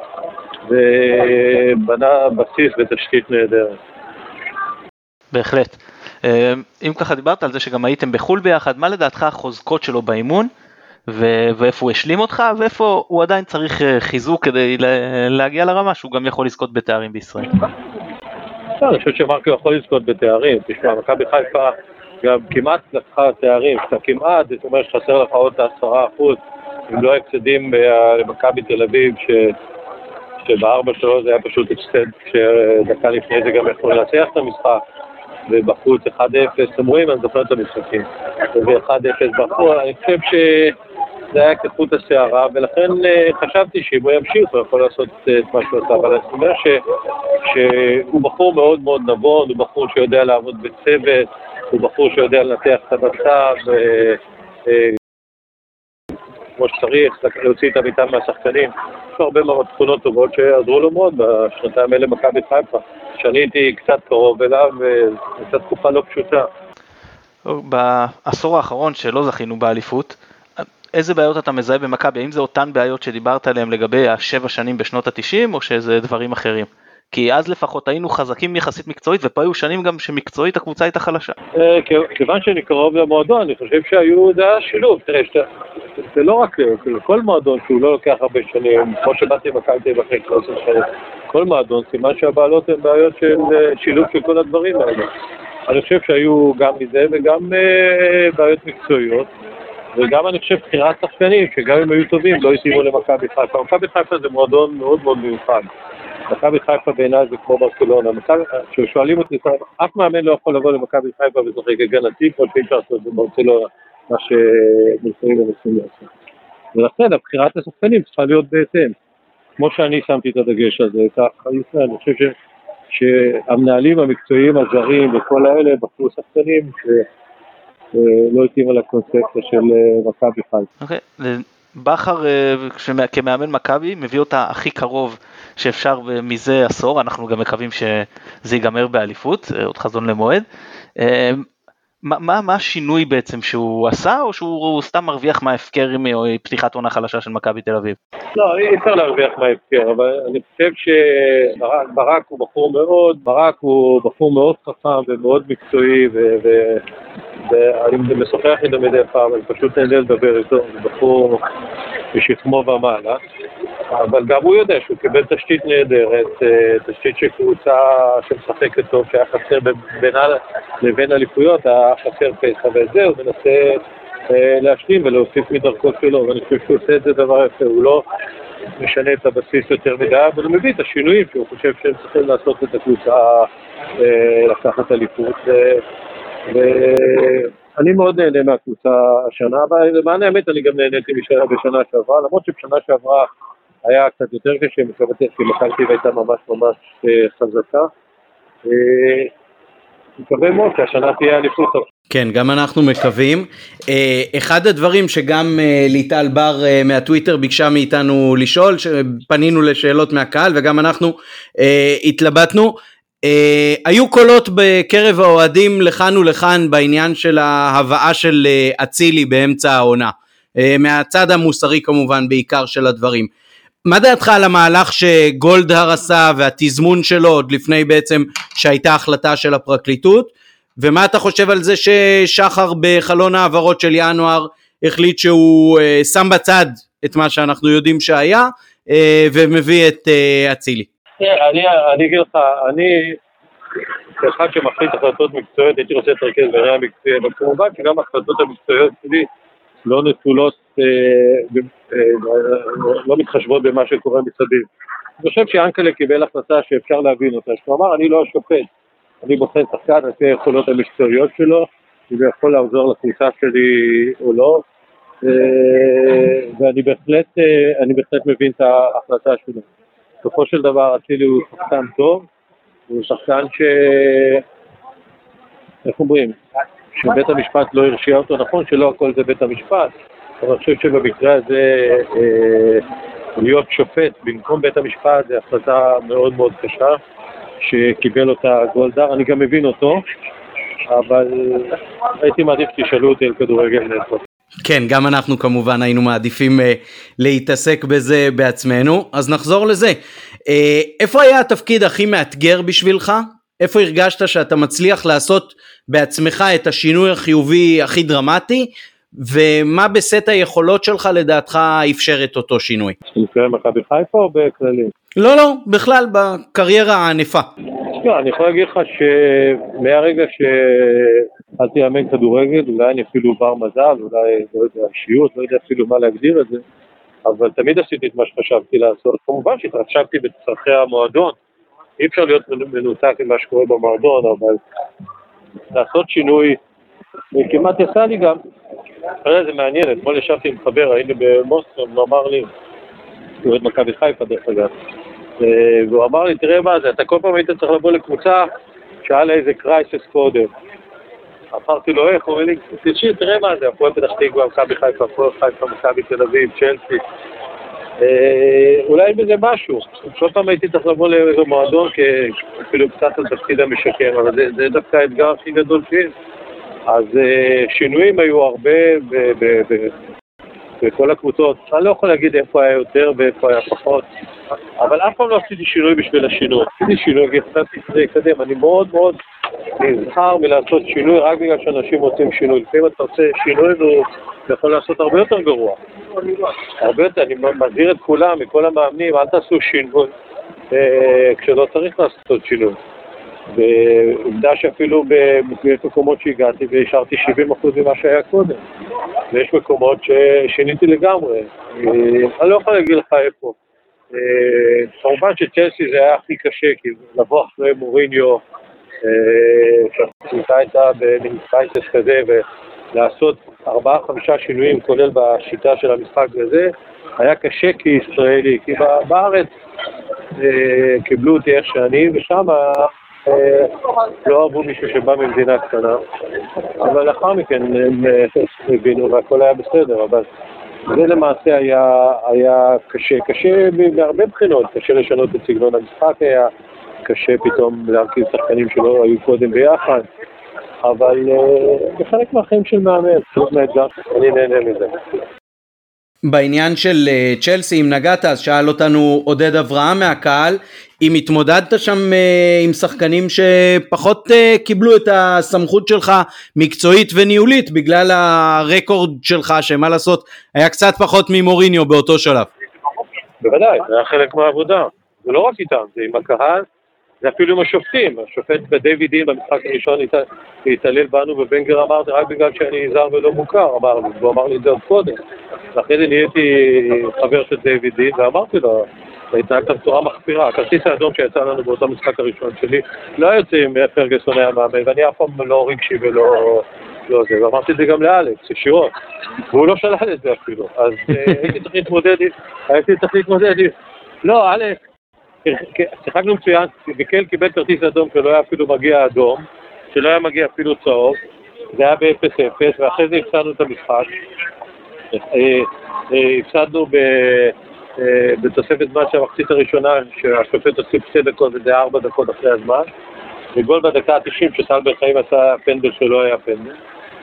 Speaker 2: ובנה בסיס ותשתית נהדרת.
Speaker 3: בהחלט. אם ככה דיברת על זה שגם הייתם בחול ביחד, מה לדעתך החוזקות שלו באימון, ואיפה הוא השלים אותך, ואיפה הוא עדיין צריך חיזוק כדי להגיע לרמה שהוא גם יכול לזכות בתארים בישראל?
Speaker 2: אני חושב שמרקו יכול לזכות בתארים, תשמע, מכבי חיפה גם כמעט לקחה תארים, שאתה כמעט, זאת אומרת שחסר לך עוד עשרה אחוז, אם לא הפסדים למכבי תל אביב, שבארבע שלו זה היה פשוט הפסד, שדקה לפני זה גם יכול לנצח את המשחק, ובחוץ אחד אפס, אתם רואים, אני זוכר את המשחקים, ו-אחד אפס בחוץ, אני חושב שזה היה כחוט השערה, ולכן חשבתי שאם הוא ימשיך, הוא יכול לעשות את מה שהוא עושה, אבל אני אומר שהוא בחור מאוד מאוד נבון, הוא בחור שיודע לעבוד בצוות, הוא בחור שיודע לנתח את המצב, כמו שצריך, להוציא את המיטה מהשחקנים. יש לו הרבה מאוד תכונות טובות שעזרו לו מאוד בשנתיים האלה מכבי חיפה. שאני הייתי קצת קרוב אליו, וזו תקופה לא פשוטה.
Speaker 3: בעשור האחרון שלא זכינו באליפות, איזה בעיות אתה מזהה במכבי? האם זה אותן בעיות שדיברת עליהן לגבי השבע שנים בשנות ה-תשעים, או שזה דברים אחרים? כי אז לפחות היינו חזקים יחסית מקצועית, ופה היו שנים גם שמקצועית הקבוצה הייתה חלשה.
Speaker 2: כיוון שאני קרוב למועדון, אני חושב שהיו, זה היה שילוב. תראה, זה לא רק, כל מועדון שהוא לא לוקח הרבה שנים, כמו שבאתי מכבי אחרי שלוש עשרה שנים, כל מועדון, סימן שהבעלות הן בעיות של שילוב של כל הדברים האלה. אני חושב שהיו גם מזה וגם בעיות מקצועיות, וגם אני חושב בחירת שחקנים, שגם אם היו טובים, לא התאימו למכבי חיפה. מכבי חיפה זה מועדון מאוד מאוד מיוחד. מכבי חיפה בעיניי זה כמו ברצלונה. כששואלים אותי, אף מאמן לא יכול לבוא למכבי חיפה ושחק הגנתי, כל שאי אפשר לעשות בברצלונה, מה שמלחמים ומנסים לעשות. ולכן, הבחירת השחקנים צריכה להיות בהתאם. כמו שאני שמתי את הדגש הזה, ככה ישראל, אני חושב ש... שהמנהלים המקצועיים הזרים וכל האלה בחרו שחקנים שלא התאימו לקונספציה של מכבי חיפה.
Speaker 3: אוקיי, בכר כמאמן מכבי מביא אותה הכי קרוב שאפשר מזה עשור, אנחנו גם מקווים שזה ייגמר באליפות, עוד חזון למועד. מה, מה, מה השינוי בעצם שהוא עשה, או שהוא סתם מרוויח מההפקר מפתיחת עונה חלשה של מכבי תל אביב?
Speaker 2: לא, אי אפשר להרוויח מההפקר, אבל אני חושב שברק ברק הוא בחור מאוד, ברק הוא בחור מאוד חכם ומאוד מקצועי, ואני משוחח איתו מדי פעם, אני פשוט נהנה לדבר איתו, הוא בחור משכמו ומעלה, אבל גם הוא יודע שהוא קיבל תשתית נהדרת, תשתית של קבוצה שמשחקת טוב, שהיה חסר בינה לבין אליפויות, היה חסר פסח, ואת זה הוא מנסה להשלים ולהוסיף מדרכות שלו, ואני חושב שהוא עושה את זה דבר יפה, הוא לא משנה את הבסיס יותר מדי, אבל הוא מביא את השינויים שהוא חושב שהם צריכים לעשות את הקבוצה לקחת אליפות, ואני מאוד נהנה מהקבוצה השנה, אבל למען האמת אני גם נהניתי בשנה שעברה, למרות שבשנה שעברה היה קצת יותר קשה, כי מכבי הייתה ממש ממש חזקה. מקווה מאוד שהשנה תהיה אליפות.
Speaker 1: כן, גם אנחנו מקווים. אחד הדברים שגם ליטל בר מהטוויטר ביקשה מאיתנו לשאול, פנינו לשאלות מהקהל וגם אנחנו התלבטנו, היו קולות בקרב האוהדים לכאן ולכאן בעניין של ההבאה של אצילי באמצע העונה, מהצד המוסרי כמובן בעיקר של הדברים. מה דעתך על המהלך שגולדהר עשה והתזמון שלו עוד לפני בעצם שהייתה החלטה של הפרקליטות, ומה אתה חושב על זה ששחר בחלון העברות של ינואר החליט שהוא uh, שם בצד את מה שאנחנו יודעים שהיה uh, ומביא את uh, אצילי?
Speaker 2: אני, אני אגיד לך, אני כאחד שמחליט החלטות מקצועיות הייתי רוצה להתרכז בעניין המקצועי, אבל כמובן שגם החלטות המקצועיות שלי לא נטולות, אה, אה, לא מתחשבות במה שקורה מסביב. אני חושב שיאנקל'ה קיבל החלטה שאפשר להבין אותה, שהוא אמר אני לא השופט, אני בוחן שחקן לפי היכולות המקצועיות שלו, אם הוא יכול לעזור לקבוצה שלי או לא, אה, ואני בהחלט, אה, אני בהחלט מבין את ההחלטה שלו. בסופו של דבר אצילי הוא שחקן טוב, הוא שחקן ש... איך אומרים? שבית המשפט לא הרשיע אותו, נכון שלא הכל זה בית המשפט, אבל אני חושב שבמקרה הזה אה, להיות שופט במקום בית המשפט זה החלטה מאוד מאוד קשה שקיבל אותה גולדהר, אני גם מבין אותו, אבל הייתי מעדיף שתשאלו אותי על כדורגל נטו.
Speaker 1: כן, גם אנחנו כמובן היינו מעדיפים uh, להתעסק בזה בעצמנו, אז נחזור לזה. Uh, איפה היה התפקיד הכי מאתגר בשבילך? איפה הרגשת שאתה מצליח לעשות בעצמך את השינוי החיובי הכי דרמטי, ומה בסט היכולות שלך לדעתך אפשר את אותו שינוי?
Speaker 2: במקרה מכבי חיפה או בכללי?
Speaker 1: לא, לא, בכלל בקריירה הענפה.
Speaker 2: לא, אני יכול להגיד לך שמהרגע שהתחלתי לאמן כדורגל, אולי אני אפילו בר מזל, אולי לא יודע, אישיות, לא יודע אפילו מה להגדיר את זה, אבל תמיד עשיתי את מה שחשבתי לעשות. כמובן שהתחשבתי בצרכי המועדון, אי אפשר להיות מנותק עם מה שקורה במועדון, אבל לעשות שינוי, וכמעט יצא לי גם, זה מעניין, אתמול ישבתי עם חבר, היינו במוסקבה, הוא אמר לי, הוא אוהד מכבי חיפה דרך אגב, והוא אמר לי, תראה מה זה, אתה כל פעם היית צריך לבוא לקבוצה שהיה לה איזה קרייסס קודם. אמרתי לו, איך? הוא אומר לי, תשאיר, תראה מה זה, הפועל פתח תקווה, מכבי חיפה, הפועל חיפה, מכבי תל אביב, צ'לסי. אולי בזה משהו. כל פעם הייתי צריך לבוא לאיזה מועדון, אפילו קצת על תפקיד המשקם, אבל זה, זה דווקא האתגר הכי גדול שיש. אז שינויים היו הרבה ב- ב- ב- בכל הקבוצות. אני לא יכול להגיד איפה היה יותר ואיפה היה פחות, אבל אף פעם לא עשיתי שינוי בשביל השינוי. עשיתי שינוי וחשבתי שזה יקדם. אני מאוד מאוד נזהר מלעשות שינוי רק בגלל שאנשים רוצים שינוי. לפעמים אתה עושה שינוי והוא יכול לעשות הרבה יותר גרוע. הרבה יותר, אני מזהיר את כולם, מכל המאמנים, אל תעשו שינוי אה, כשלא צריך לעשות שינוי. ועובדה שאפילו במקומות שהגעתי והשארתי שבעים אחוז ממה שהיה קודם. ויש מקומות ששיניתי לגמרי. אני לא יכול להגיד לך איפה. כמובן שצ'לסי זה היה הכי קשה, כי לבוא אחרי מוריניו, שהקבוצה הייתה במיניסטייטס כזה, ולעשות ארבעה חמישה שינויים, כולל בשיטה של המשחק וזה, היה קשה כישראלי, כי בארץ קיבלו אותי איך שאני, ושם לא אהבו מישהו שבא ממדינה קטנה, אבל לאחר מכן הם הבינו והכל היה בסדר, אבל זה למעשה היה, היה קשה, קשה בהרבה בחינות, קשה לשנות את סגנון המשחק, היה קשה פתאום להרכיב שחקנים שלא היו קודם ביחד, אבל זה חלק מהחיים של מאמן, פשוט מהאתגר, אני נהנה מזה.
Speaker 1: בעניין של צ'לסי, אם נגעת, אז שאל אותנו עודד אברהם מהקהל, אם התמודדת שם עם שחקנים שפחות קיבלו את הסמכות שלך מקצועית וניהולית, בגלל הרקורד שלך, שמה לעשות, היה קצת פחות ממוריניו באותו שלב.
Speaker 2: בוודאי, זה היה חלק מהעבודה, זה לא רק איתם, זה עם הקהל, זה אפילו עם השופטים, השופט בדיוויד דין במשחק הראשון התעלל בנו, ובנגר אמר זה רק בגלל שאני זר ולא מוכר, אמר לי, הוא אמר לי את זה עוד קודם. ואחרי זה נהייתי חבר של דיוויד דין, ואמרתי לו, התנהגת בצורה מחפירה, הכרטיס האדום שיצא לנו באותו משחק הראשון שלי, לא יוצא עם פרגוסון היה מאמן, ואני אף פעם לא רגשי ולא לא זה, ואמרתי את זה גם לאלכס, ישירות, והוא לא שלל את זה אפילו, אז הייתי צריך להתמודד, הייתי צריך להתמודד, לא, אלכס, שיחקנו מצוין, וקל קיבל כרטיס אדום שלא היה אפילו מגיע אדום, שלא היה מגיע אפילו צהוב, זה היה ב-אפס אפס, ואחרי זה הפסדנו את המשחק, הפסדנו בתוספת זמן שהמחצית הראשונה, שהשופט הוסיף שתי דקות וזה ארבע דקות אחרי הזמן, וגול בדקה ה-תשעים שטל בן חיים עשה פנדל שלא היה פנדל,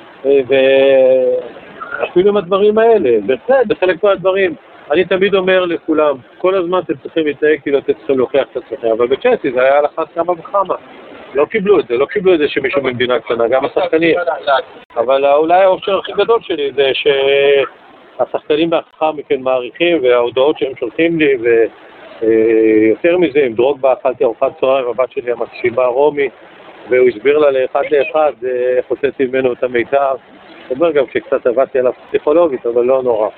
Speaker 2: ואפילו עם הדברים האלה, זה חלק מהדברים. אני תמיד אומר לכולם, כל הזמן אתם צריכים להתנהג כאילו אתם צריכים להוכיח את עצמכם, אבל בצ'לסי זה היה לחץ כמה וכמה. לא קיבלו את זה, לא קיבלו את זה שמישהו במדינה קטנה, גם השחקנים. אבל אולי האופשר הכי גדול שלי זה שהשחקנים לאחר מכן מעריכים, וההודעות שהם שולחים לי, ויותר מזה, עם דרוגבה אכלתי ארוחת צהריים, הבת שלי המקשיבה רומי, והוא הסביר לה לאחד לאחד איך הוצאתי ממנו את המיתר. הוא אומר גם שקצת עבדתי עליו פסיכולוגית, אבל לא נורא.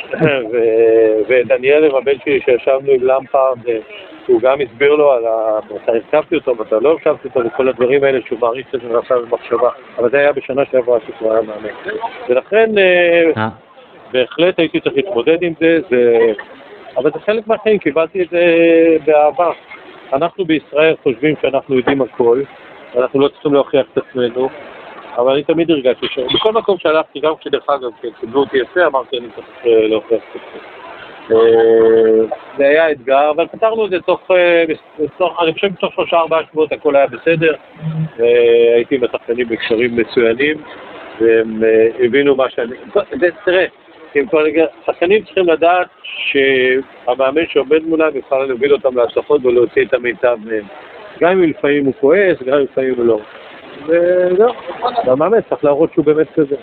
Speaker 2: ודניאל עם הבן שלי שישבנו עם למפרד, הוא גם הסביר לו על מתי הרכבתי אותו, מתי לא הרכבתי אותו, וכל הדברים האלה שהוא מעריך את זה ונעשה במחשבה. אבל זה היה בשנה שעברה שכבר היה מאמן. ולכן בהחלט הייתי צריך להתמודד עם זה, אבל זה חלק מהחיים, קיבלתי את זה באהבה. אנחנו בישראל חושבים שאנחנו יודעים הכל, אנחנו לא צריכים להוכיח את עצמנו, אבל אני תמיד הרגשתי שבכל מקום שהלכתי, גם כשדרך אגב, קיבלו אותי יפה, אמרתי אני צריך להוכיח את עצמי. זה היה אתגר, אבל פתרנו את זה תוך, אני חושב בתוך שלושה ארבעה שבועות הכל היה בסדר, הייתי עם השחקנים בקשרים מצוינים, והם הבינו מה שאני... תראה, השחקנים צריכים לדעת שהמאמן שעומד מולם יוכל להוביל אותם להצלחות ולהוציא את המיטב מהם. גם אם לפעמים הוא כועס, גם אם לפעמים הוא לא. וזהו, והמאמן צריך להראות שהוא באמת כזה.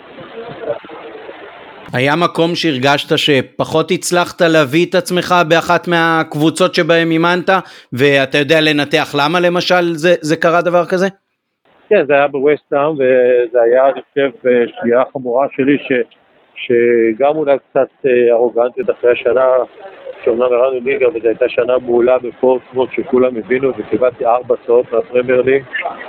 Speaker 1: היה מקום שהרגשת שפחות הצלחת להביא את עצמך באחת מהקבוצות שבהם אימנת, ואתה יודע לנתח למה למשל זה, זה קרה דבר כזה?
Speaker 2: כן, זה היה בווסט-האם, וזה היה, אני חושב, שגיאה חמורה שלי, ש, שגם אולי קצת ארוגנטית אחרי השנה, שאומנם הראינו ליגה, וזו הייתה שנה מעולה בפורטסמוט, שכולם הבינו, וקיבלתי ארבע צעות מהפרמייר ליג,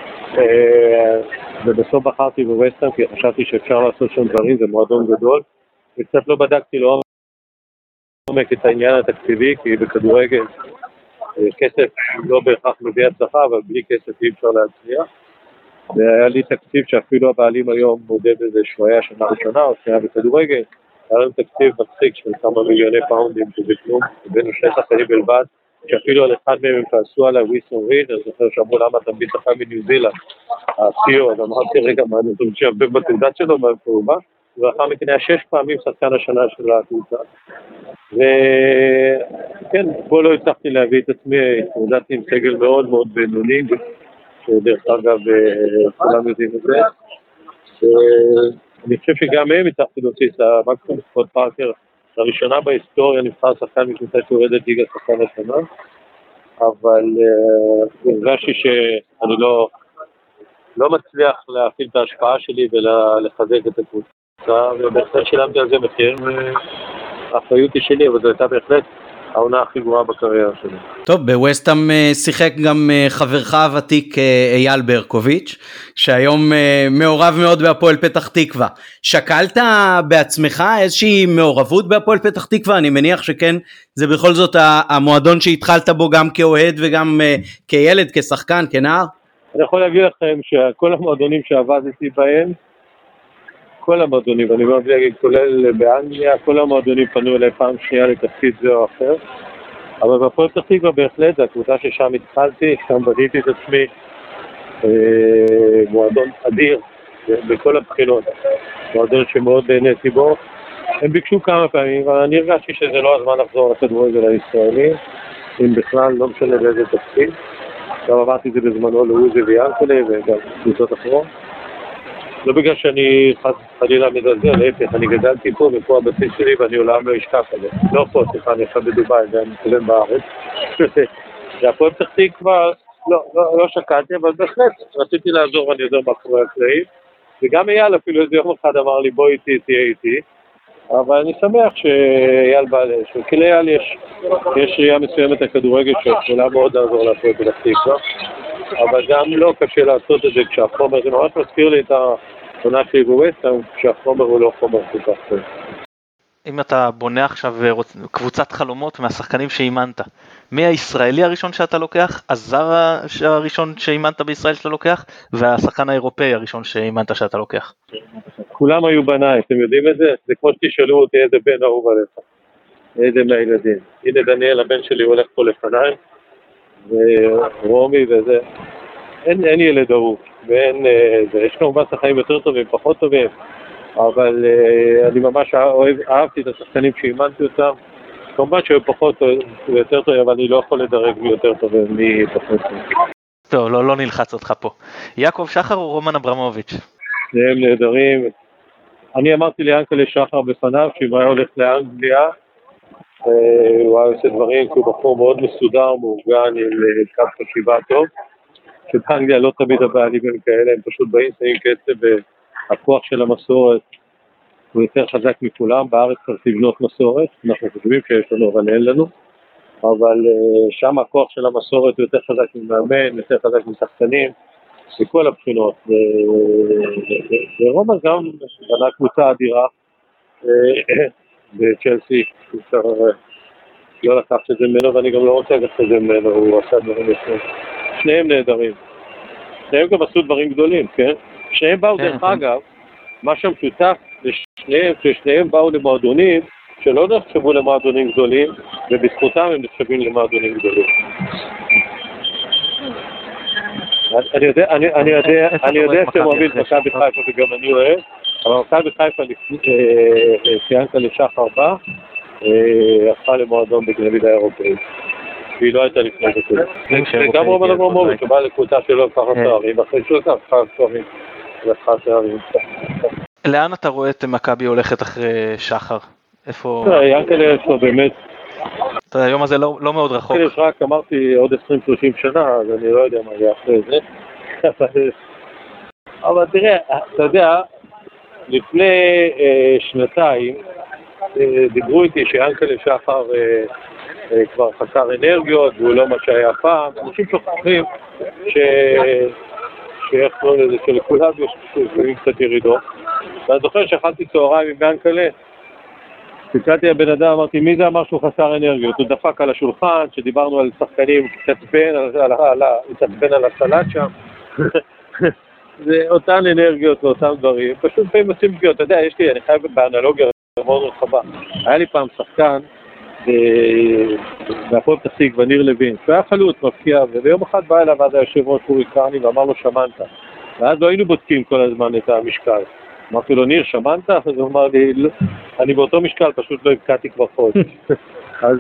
Speaker 2: ובסוף בחרתי בווסט-האם, כי חשבתי שאפשר לעשות שם דברים, זה מועדון גדול, וקצת לא בדקתי לעומק את העניין התקציבי, כי בכדורגל כסף לא בהכרח מביא הצלחה, אבל בלי כסף אי אפשר להצליח. והיה לי תקציב שאפילו הבעלים היום מודד איזה שהוא היה שנה ראשונה, או שהיה בכדורגל, היה לנו תקציב מצחיק של כמה מיליוני פאונדים, שזה כלום, הבאנו שני שחקנים בלבד, שאפילו על אחד מהם הם כעסו עליי וויסון ריד, אז זוכר שאמרו למה אתה מביא שחקן מניו זילנד, ה-סי-או, אז אמרתי רגע מה אני חושב שיעבד בתעודת שלו, מאיפה הוא בא, ואחר מכן היה שש פעמים שחקן השנה של הקבוצה. וכן, פה לא הצלחתי להביא את עצמי, התמודדתי עם סגל מאוד מאוד בינוני, שדרך אגב כולם יודעים את זה. אני חושב שגם הם הצלחתי להוציא את המקסימום סקוט פארקר, לראשונה בהיסטוריה נבחר שחקן מכניסה שיורדת ליגה שחקן השנה, אבל הרגשתי שאני לא לא מצליח להפעיל את ההשפעה שלי ולחזק את הקבוצה. ובהחלט שילמתי על זה מחיר, והאחריות היא שלי, אבל זו הייתה בהחלט העונה הכי גרועה בקריירה שלי.
Speaker 1: טוב, בווסטהאם שיחק גם חברך הוותיק אייל ברקוביץ', שהיום מעורב מאוד בהפועל פתח תקווה. שקלת בעצמך איזושהי מעורבות בהפועל פתח תקווה? אני מניח שכן, זה בכל זאת המועדון שהתחלת בו גם כאוהד וגם כילד, כשחקן, כנער?
Speaker 2: אני יכול להגיד לכם שכל המועדונים שעבדתי בהם, כל המועדונים, ואני לא להגיד כולל באנגליה, כל המועדונים פנו אליי פעם שנייה לתפקיד זה או אחר, אבל בהפועל פתח תקווה בהחלט, זו הקבוצה ששם התחלתי, שם בניתי את עצמי, אה, מועדון אדיר בכל הבחינות, מועדון שמאוד נהניתי בו. הם ביקשו כמה פעמים, אבל אני הרגשתי שזה לא הזמן לחזור לכדורגל הישראלי, אם בכלל לא משנה באיזה תפקיד. גם אמרתי את זה בזמנו לעוזי ויאנקל'ה וגם קבוצות אחרות. לא בגלל שאני חלילה מזלזל, להפך, אני גדלתי פה ופה הבסיס שלי ואני עולם לא אשכח על זה. לא פה, סליחה, אני עכשיו בדובאי ואני מתכוון בארץ. והפועל פתח תקווה, לא, לא, לא שקלתי, אבל בהחלט רציתי לעזור ואני עוזר מאחורי הקלעים. וגם אייל אפילו איזה יום אחד אמר לי בוא איתי, תהיה איתי. אבל אני שמח שאייל בא לשם. כי לאייל יש, יש ראייה מסוימת הכדורגל שיכולה מאוד לעזור להפועל פתח תקווה. אבל גם לא קשה לעשות את זה כשהחומר, זה ממש מזכיר לי את העונה שלי בווסטהאם, כשהחומר הוא לא חומר כל כך טוב.
Speaker 3: אם אתה בונה עכשיו קבוצת חלומות מהשחקנים שאימנת, מי הישראלי הראשון שאתה לוקח, הזר הראשון שאימנת בישראל שאתה לוקח, והשחקן האירופאי הראשון שאימנת שאתה לוקח?
Speaker 2: כולם היו בניי, אתם יודעים את זה? זה כמו שתשאלו אותי איזה בן אהוב עליך, איזה מהילדים. הנה דניאל, הבן שלי הולך פה לפניי, ורומי וזה, אין, אין ילד אהוב, ואין, זה, יש כמובן שחקנים יותר טובים, פחות טובים, אבל אני ממש אוהב, אהבתי את השחקנים שאימנתי אותם, כמובן שהיו פחות ויותר טובים, אבל אני לא יכול לדרג מי יותר טוב ומי פחות טוב.
Speaker 3: טוב, לא, לא נלחץ אותך פה. יעקב שחר או רומן אברמוביץ'?
Speaker 2: הם נהדרים. אני אמרתי ליענקל'ה שחר בפניו, שאם היה הולך לאנגליה, הוא היה עושה דברים, כי הוא בחור מאוד מסודר, מאורגן, עם קו חשיבה טוב, שבאנגליה לא תמיד הבעלים הם כאלה, הם פשוט באים, שמים קצב, והכוח של המסורת הוא יותר חזק מכולם, בארץ צריך לבנות מסורת, אנחנו חושבים שיש לנו, אבל אין לנו, אבל שם הכוח של המסורת הוא יותר חזק ממאמן, יותר חזק משחקנים, בכל הבחינות, ורומן גם בנה קבוצה אדירה, בצ'לסי, אפשר לא לקחת את זה ממנו, ואני גם לא רוצה לקחת את זה ממנו, הוא עשה דברים יפים. שניהם נהדרים. שניהם גם עשו דברים גדולים, כן? שניהם באו דרך אגב, מה שמשותף לשניהם, ששניהם באו למועדונים, שלא נחשבו למועדונים גדולים, ובזכותם הם נחשבים למועדונים גדולים. אני יודע, אני, אני יודע, אני יודע שאתם אוהבים את מכבי חיפה וגם אני אוהב, אבל מכבי חיפה ציינת לשחר בא, הפכה למועדון בקנה מידה אירופאי, והיא לא הייתה לפני זה. גם רומן אברמוביץ' שבא לקבוצה שלא לקחה תארים, אחרי שהוא לקחה תארים, לקחה תארים.
Speaker 3: לאן אתה רואה את מכבי הולכת אחרי שחר? איפה?
Speaker 2: יענקל'ה יש לו באמת.
Speaker 3: היום הזה לא מאוד רחוק.
Speaker 2: יש רק, אמרתי, עוד עשרים שלושים שנה, אז אני לא יודע מה יהיה אחרי זה. אבל תראה, אתה יודע, לפני שנתיים דיברו איתי שיענקל'ה שחר כבר חסר אנרגיות, והוא לא מה שהיה פעם. אנשים שוכחים שיחלו לזה שלכולם יש לפעמים קצת ירידות. ואני זוכר שאכלתי צהריים עם יענקל'ה, הסתכלתי הבן אדם, אמרתי, מי זה אמר שהוא חסר אנרגיות? הוא דפק על השולחן, שדיברנו על שחקנים, התעצבן על, על הסלט שם. זה אותן אנרגיות ואותם דברים. פשוט פעמים עושים פגיעות. אתה יודע, יש לי, אני חייב באנלוגיה מאוד רחבה. היה לי פעם שחקן, והפועל פתח תקווה, ניר לוין, שהיה חלוץ, מפקיע, וביום אחד בא אליו עד היושב ראש אורי קרני ואמר לו, שמנת. ואז לא היינו בודקים כל הזמן את המשקל. אמרתי לו, ניר, שמנת? אז הוא אמר לי, אני באותו משקל, פשוט לא הבקעתי כבר חודש. אז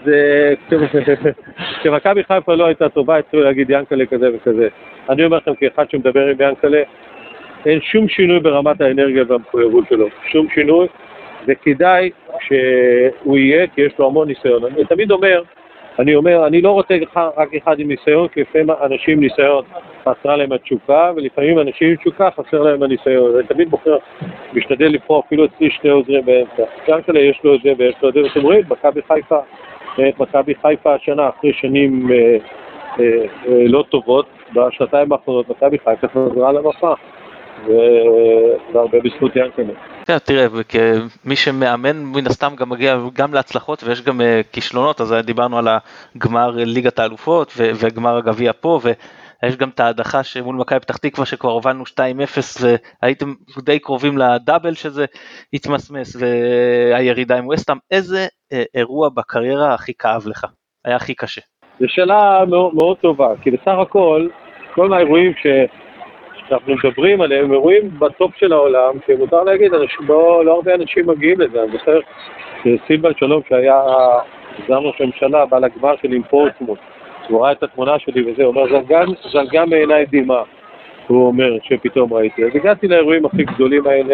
Speaker 2: כשמכבי חיפה לא הייתה טובה, התחילו להגיד יענקל'ה כזה וכזה. אני אומר לכם, כאחד שמדבר עם יענקל'ה, אין שום שינוי ברמת האנרגיה והמחויבות שלו. שום שינוי, וכדאי שהוא יהיה, כי יש לו המון ניסיון. אני תמיד אומר אני אומר, אני לא רוצה רק אחד עם ניסיון, כי לפעמים אנשים ניסיון חסרה להם התשוקה, ולפעמים אנשים עם תשוקה חסר להם הניסיון. אני תמיד בוחר, משתדל לבחור אפילו אצלי שני עוזרים באמצע. גם כאלה יש לו את זה ויש לו את זה, ואתם רואים, מכבי חיפה, מכבי חיפה השנה, אחרי שנים אה, אה, אה, לא טובות, בשנתיים האחרונות, מכבי חיפה חזרה למפה. והרבה בזכות ינקלה.
Speaker 3: כן, תראה, מי שמאמן מן הסתם גם מגיע גם להצלחות ויש גם כישלונות, אז דיברנו על הגמר ליגת האלופות וגמר הגביע פה, ויש גם את ההדחה שמול מכבי פתח תקווה שכבר הובלנו שתיים אפס והייתם די קרובים לדאבל שזה התמסמס והירידה עם ווסטהאם. איזה אירוע בקריירה הכי כאב לך? היה הכי קשה?
Speaker 2: זו שאלה מאוד, מאוד טובה, כי בסך הכל, כל האירועים ש... אנחנו מדברים עליהם, אירועים בטופ של העולם, שמותר להגיד, אנשים, לא, לא הרבה אנשים מגיעים לזה. אני זוכר שסילבן שלום, שהיה סגן ראש הממשלה, בא לגמר של אימפורטמוט, הוא ראה את התמונה שלי וזה, הוא אומר, זלגה מעיניי דמעה, הוא אומר שפתאום ראיתי. אז הגעתי לאירועים הכי גדולים האלה,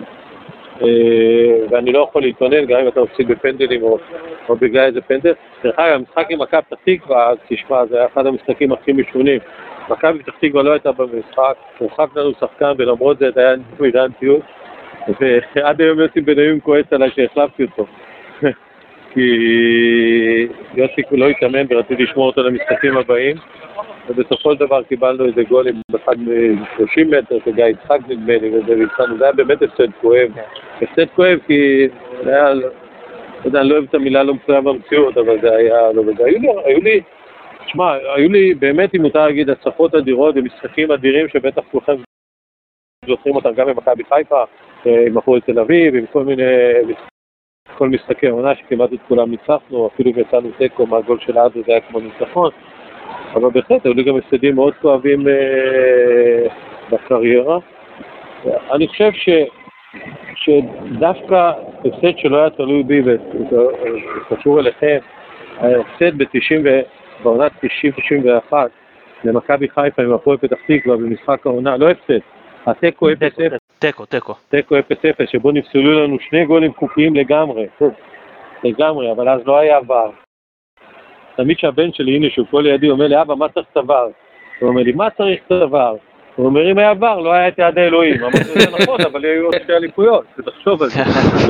Speaker 2: ואני לא יכול להתלונן, גם אם אתה מפסיד בפנדלים או, או בגלל איזה פנדל. דרך אגב, המשחק עם מכבי פתח תקווה, אז תשמע, זה היה אחד המשחקים הכי משונים. מכבי פתח תקווה לא הייתה במשחק, הורחק לנו שחקן, ולמרות זה היה מידן ציוד, ועד היום יוסי בנימין כועס עליי שהחלפתי אותו. כי יוסי לא התאמן ורציתי לשמור אותו למשחקים הבאים, ובסופו של דבר קיבלנו איזה גולים בחד מ-שלושים מטר, שגיא יצחק נדמה לי, וזה והצחנו, זה היה באמת הפסד כואב. הפסד כואב כי זה היה, לא יודע, אני לא אוהב את המילה לא מצויה במציאות, אבל זה היה, לא יודע, היו לי, היו לי, תשמע, היו לי באמת, אם מותר להגיד, הצלחות אדירות ומשחקים אדירים שבטח כולכם זוכרים אותם גם במכבי חיפה, עם הפועל תל אביב, עם כל מיני, כל משחקי העונה שכמעט את כולם ניצחנו, אפילו יצאנו תיקו מהגול של עדו, זה היה כמו ניצחון. אבל בהחלט, היו לי גם הפסדים מאוד כואבים אה, בקריירה. אני חושב ש, שדווקא הפסד שלא היה תלוי בי וקשור אליכם, ההפסד ב-תשעים בעונת תשעים תשעים ואחת למכבי חיפה עם הפועל פתח תקווה במשחק העונה, לא הפסד, התיקו אפס אפס.
Speaker 3: תיקו, תיקו.
Speaker 2: תיקו אפס אפס, שבו נפסלו לנו שני גולים חוקיים לגמרי, לגמרי, אבל אז לא היה עבר. תמיד שהבן שלי, הנה שהוא כל לידי, אומר לי, אבא, מה צריך צוואר? הוא אומר לי, מה צריך צוואר? הוא אומר, אם היה עבר, לא היה את יד האלוהים. אמרתי, זה נכון, אבל היו עוד שתי אליפויות, תחשוב על זה.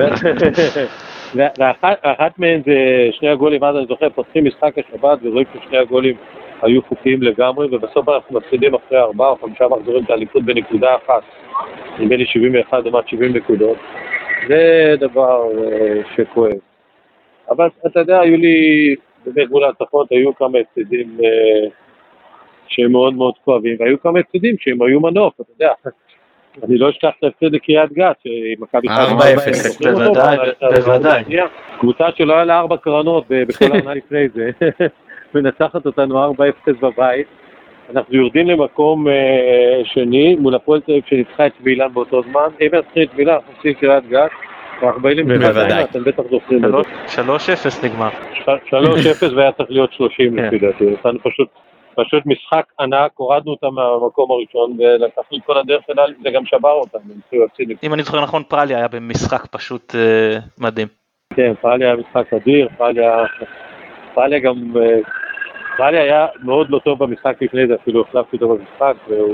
Speaker 2: ואחת מהן זה שני הגולים, אז אני זוכר, פותחים משחק השבת, ורואים ששני הגולים היו חוקיים לגמרי, ובסוף אנחנו מפסידים אחרי ארבעה או חמישה מחזורים את האליפות בנקודה אחת. נדמה לי שבעים ואחת עד שבעים נקודות. זה דבר שכואב. אבל אתה יודע, היו לי... באמת מול ההצלחות היו כמה הפסדים אה, שהם מאוד מאוד כואבים, והיו כמה הפסדים שהם היו מנוף, אתה יודע. אני לא אשכח את ההפסד לקריית גת, שעם מכבי חיפה
Speaker 1: ארבע אפס,
Speaker 3: בוודאי, בוודאי.
Speaker 2: קבוצה שלא היה לה ארבע קרנות בכל העונה לפני זה, מנצחת אותנו ארבע אפס בבית. אנחנו יורדים למקום אה, שני, מול הפועל תל אביב שניצחה את וילן באותו זמן, אם נצחים את וילן, אנחנו עושים קריית גת,
Speaker 1: בוודאי.
Speaker 2: אתם בטח זוכרים את זה.
Speaker 3: שלוש אפס נגמר.
Speaker 2: שלוש אפס והיה צריך להיות שלושים לפי דעתי. נתנו פשוט, פשוט משחק ענק, הורדנו אותם מהמקום הראשון ולקחנו את כל הדרך שלה, זה גם שבר אותם.
Speaker 3: אם אני זוכר נכון, פרליה היה במשחק פשוט מדהים.
Speaker 2: כן, פרליה היה משחק אדיר, פרליה גם, פרליה היה מאוד לא טוב במשחק לפני זה, אפילו החלפתי אותו במשחק,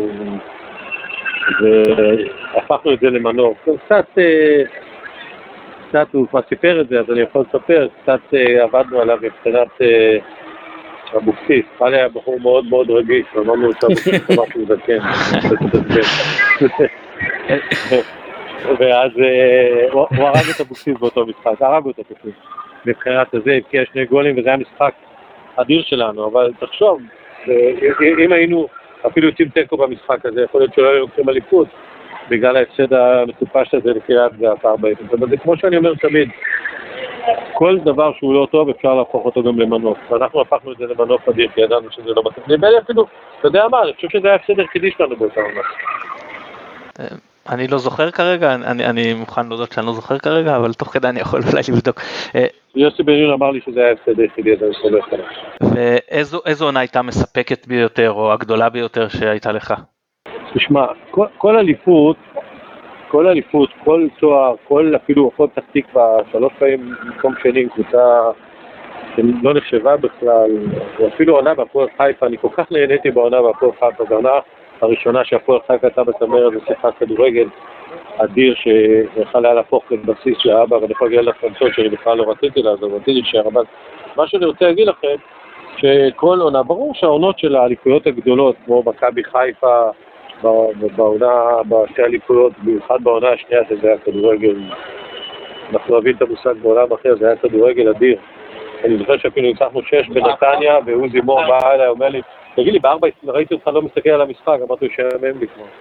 Speaker 2: והפכנו את זה למנור. קצת... קצת, הוא כבר סיפר את זה, אז אני יכול לספר, קצת uh, עבדנו עליו מבחינת uh, אבוקסיס, פאלי היה בחור מאוד מאוד רגיש, ואמרנו שאבוקסיס אמר שהוא זקן, ואז uh, הוא, הוא הרג את אבוקסיס באותו משחק, הרג אותו פשוט, מבחינת הזה, הבקיע שני גולים, וזה היה משחק אדיר שלנו, אבל תחשוב, אם היינו אפילו יוצאים תיקו במשחק הזה, יכול להיות שלא היו לוקחים אליפות, בגלל ההפסד המטופש הזה לקריית גת ארבע אפס. אבל זה כמו שאני אומר תמיד, כל דבר שהוא לא טוב אפשר להפוך אותו גם למנוף. ואנחנו הפכנו את זה למנוף אדיר, כי ידענו שזה לא מתאים. נדמה לי אפילו, אתה יודע מה, אני חושב שזה היה הפסד היחידי שלנו באותה עונה.
Speaker 3: אני לא זוכר כרגע, אני, אני מוכן להודות שאני לא זוכר כרגע, אבל תוך כדי אני יכול אולי לבדוק.
Speaker 2: יוסי בניון אמר לי שזה היה הפסד היחידי, אז אני סולח עליו.
Speaker 3: ואיזו עונה הייתה מספקת ביותר, או הגדולה ביותר שהייתה לך?
Speaker 2: תשמע, כל, כל אליפות, כל אליפות, כל תואר, כל אפילו כל פתח תקווה, שלוש פעמים מקום שני עם קבוצה שלא נחשבה בכלל, ואפילו עונה בהפועל חיפה, אני כל כך נהניתי בעונה בהפועל חיפה, בעונה הראשונה שהפועל חיפה הייתה בצמרת ושיחק כדורגל אדיר שיכול היה להפוך לבסיס לאבא, ואני יכול להגיד לכם סוד שאני בכלל לא רציתי לעזוב, רציתי להישאר, אבל מה שאני רוצה להגיד לכם, שכל עונה, ברור שהעונות של האליפויות הגדולות, כמו מכבי חיפה, בעונה, בשתי האליפויות, במיוחד בעונה השנייה, זה היה כדורגל, אנחנו אוהבים את המושג בעולם אחר, זה היה כדורגל אדיר. אני זוכר שאפילו ניצחנו שש בנתניה, ועוזי מור בא אליי, אומר לי, תגיד לי, בארבע ראיתי אותך לא מסתכל על המשחק, אמרתי שיאמם לי כמו.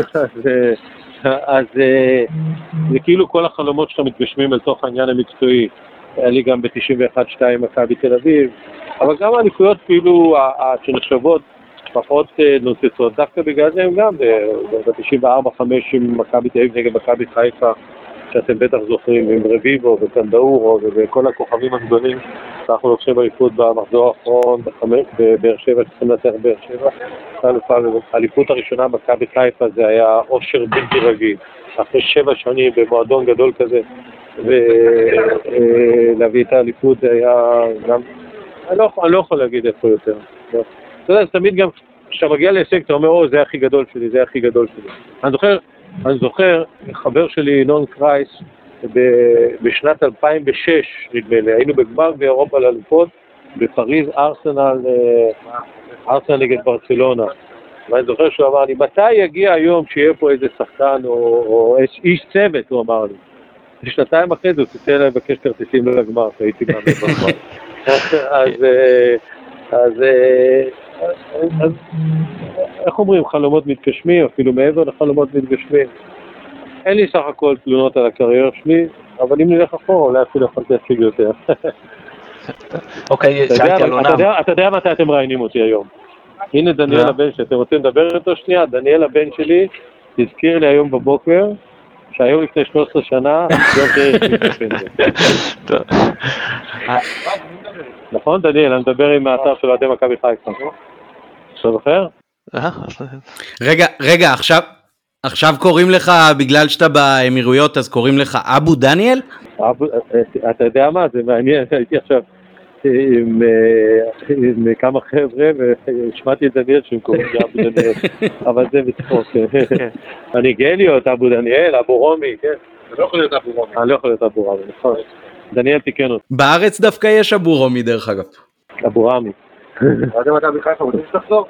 Speaker 2: אז זה כאילו כל החלומות שאתה מתגשמים אל תוך העניין המקצועי. היה לי גם ב-תשעים ואחת שתיים מכבי תל אביב, אבל גם האליפויות כאילו שנחשבות פחות נוצצות, דווקא בגלל זה הם גם, ב-תשעים וארבע חמש עם מכבי תל אביב נגד מכבי חיפה, שאתם בטח זוכרים, עם רביבו וקנדאורו וכל הכוכבים הגדולים, אנחנו לוקחים אליפות במחזור האחרון בבאר שבע, שצריכים לנצח באר שבע. האליפות הראשונה מכבי חיפה זה היה אושר בלתי רגיל, אחרי שבע שנים במועדון גדול כזה, ולהביא את האליפות זה היה גם, אני לא, אני לא יכול להגיד איפה יותר. אתה יודע, זה תמיד גם, כשאתה מגיע להישג, אתה אומר, או, זה הכי גדול שלי, זה הכי גדול שלי. אני זוכר, אני זוכר, חבר שלי, נון קרייס, בשנת אלפיים ושש, נדמה לי, היינו בגמר באירופה לאליפות, בפריז, ארסנל, ארסנל נגד ברצלונה. ואני זוכר שהוא אמר לי, מתי יגיע היום שיהיה פה איזה שחקן או, או איש צוות, הוא אמר לי. שנתיים אחרי זה, הוא תצא אליי לבקש כרטיסים לגמר, שהייתי גם בגמר. אז, אז, אז, איך אומרים, חלומות מתגשמים, אפילו מעבר לחלומות מתגשמים. אין לי סך הכל תלונות על הקריירה שלי, אבל אם נלך אחורה, אולי אפילו יכולתי להציג יותר.
Speaker 3: אוקיי, שאלתי על עונה.
Speaker 2: אתה יודע מתי אתם ראיינים אותי היום? הנה דניאל הבן שאתם רוצים לדבר איתו שנייה, דניאל הבן שלי הזכיר לי היום בבוקר, שהיום לפני שלוש עשרה שנה, יום שיש לי פנדל. נכון דניאל, אני מדבר עם האתר של אוהדי מכבי חיפה. אתה זוכר?
Speaker 1: רגע, רגע, עכשיו, עכשיו קוראים לך, בגלל שאתה באמירויות, אז קוראים לך אבו דניאל?
Speaker 2: אתה יודע מה, זה מעניין, הייתי עכשיו עם, עם כמה חבר'ה, והשמעתי את דניאל שהם קוראים לי אבו דניאל, אבל זה בצחוק. אני גאה להיות אבו דניאל, אבו רומי, כן. אני לא יכול להיות אבו רומי. אני לא יכול להיות אבו רומי, נכון. דניאל תיקן אותי.
Speaker 1: בארץ דווקא יש אבו רומי דרך אגב.
Speaker 2: אבו רמי. אתם אתה בחיפה, רוצים שתחזור?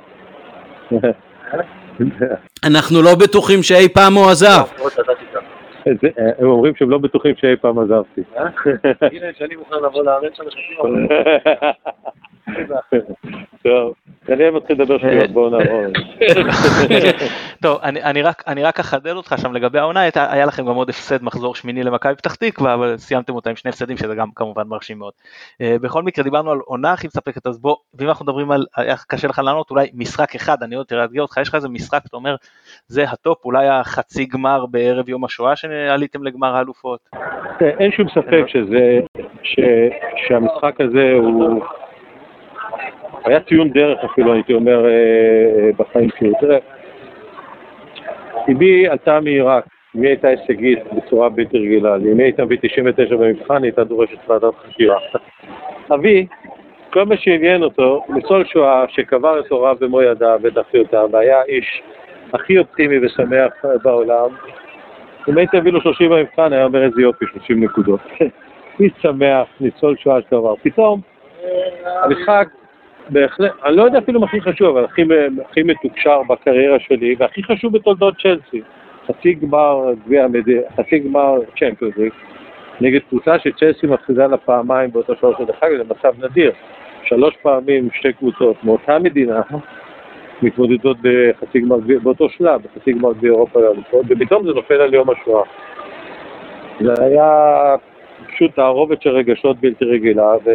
Speaker 1: אנחנו לא בטוחים שאי פעם הוא עזב.
Speaker 2: הם אומרים שהם לא בטוחים שאי פעם עזבתי.
Speaker 4: הנה, שאני מוכן לבוא לארץ של השחקים.
Speaker 2: טוב, אני מתחיל לדבר שטויות, בואו נעבור.
Speaker 3: טוב, אני רק אחדד אותך שם לגבי העונה, היה לכם גם עוד הפסד מחזור שמיני למכבי פתח תקווה, אבל סיימתם אותה עם שני הפסדים, שזה גם כמובן מרשים מאוד. בכל מקרה דיברנו על עונה הכי מספקת, אז בוא, ואם אנחנו מדברים על, איך קשה לך לענות, אולי משחק אחד, אני עוד תראה אותך, יש לך איזה משחק, אתה אומר, זה הטופ, אולי החצי גמר בערב יום השואה שעליתם לגמר האלופות?
Speaker 2: אין שום ספק שזה, שהמשחק הזה הוא היה ציון דרך אפילו, הייתי אומר, בחיים שלי. תראה, אמי עלתה מעיראק, אמי הייתה הישגית בצורה בלתי רגילה, אמי הייתה ב-תשעים ותשע במבחן, הייתה דורשת ועדת חקירה. אבי, כל מה שעניין אותו, ניצול שואה שקבר את הוריו במו ידיו ודחיותיו, והיה האיש הכי אופטימי ושמח בעולם, אם הייתי הביא לו שלושים במבחן, היה אומר איזה יופי, שלושים נקודות. איש שמח, ניצול שואה שקבר. פתאום, המשחק, בהחלט, אני לא יודע אפילו מה הכי חשוב, אבל הכי, הכי מתוקשר בקריירה שלי, והכי חשוב בתולדות צ'לסי. חצי גמר גביע המדינה, חצי גמר צ'מפיונס ליג, נגד קבוצה שצ'לסי מפסידה לה פעמיים באותו שלוש עד אחד, זה מצב נדיר. שלוש פעמים שתי קבוצות מאותה מדינה, מתמודדות בחצי גמר גביע, באותו שלב, בחצי גמר גביע אירופה לאליפות, ופתאום זה נופל על יום השואה. זה היה פשוט תערובת של רגשות בלתי רגילה, ו...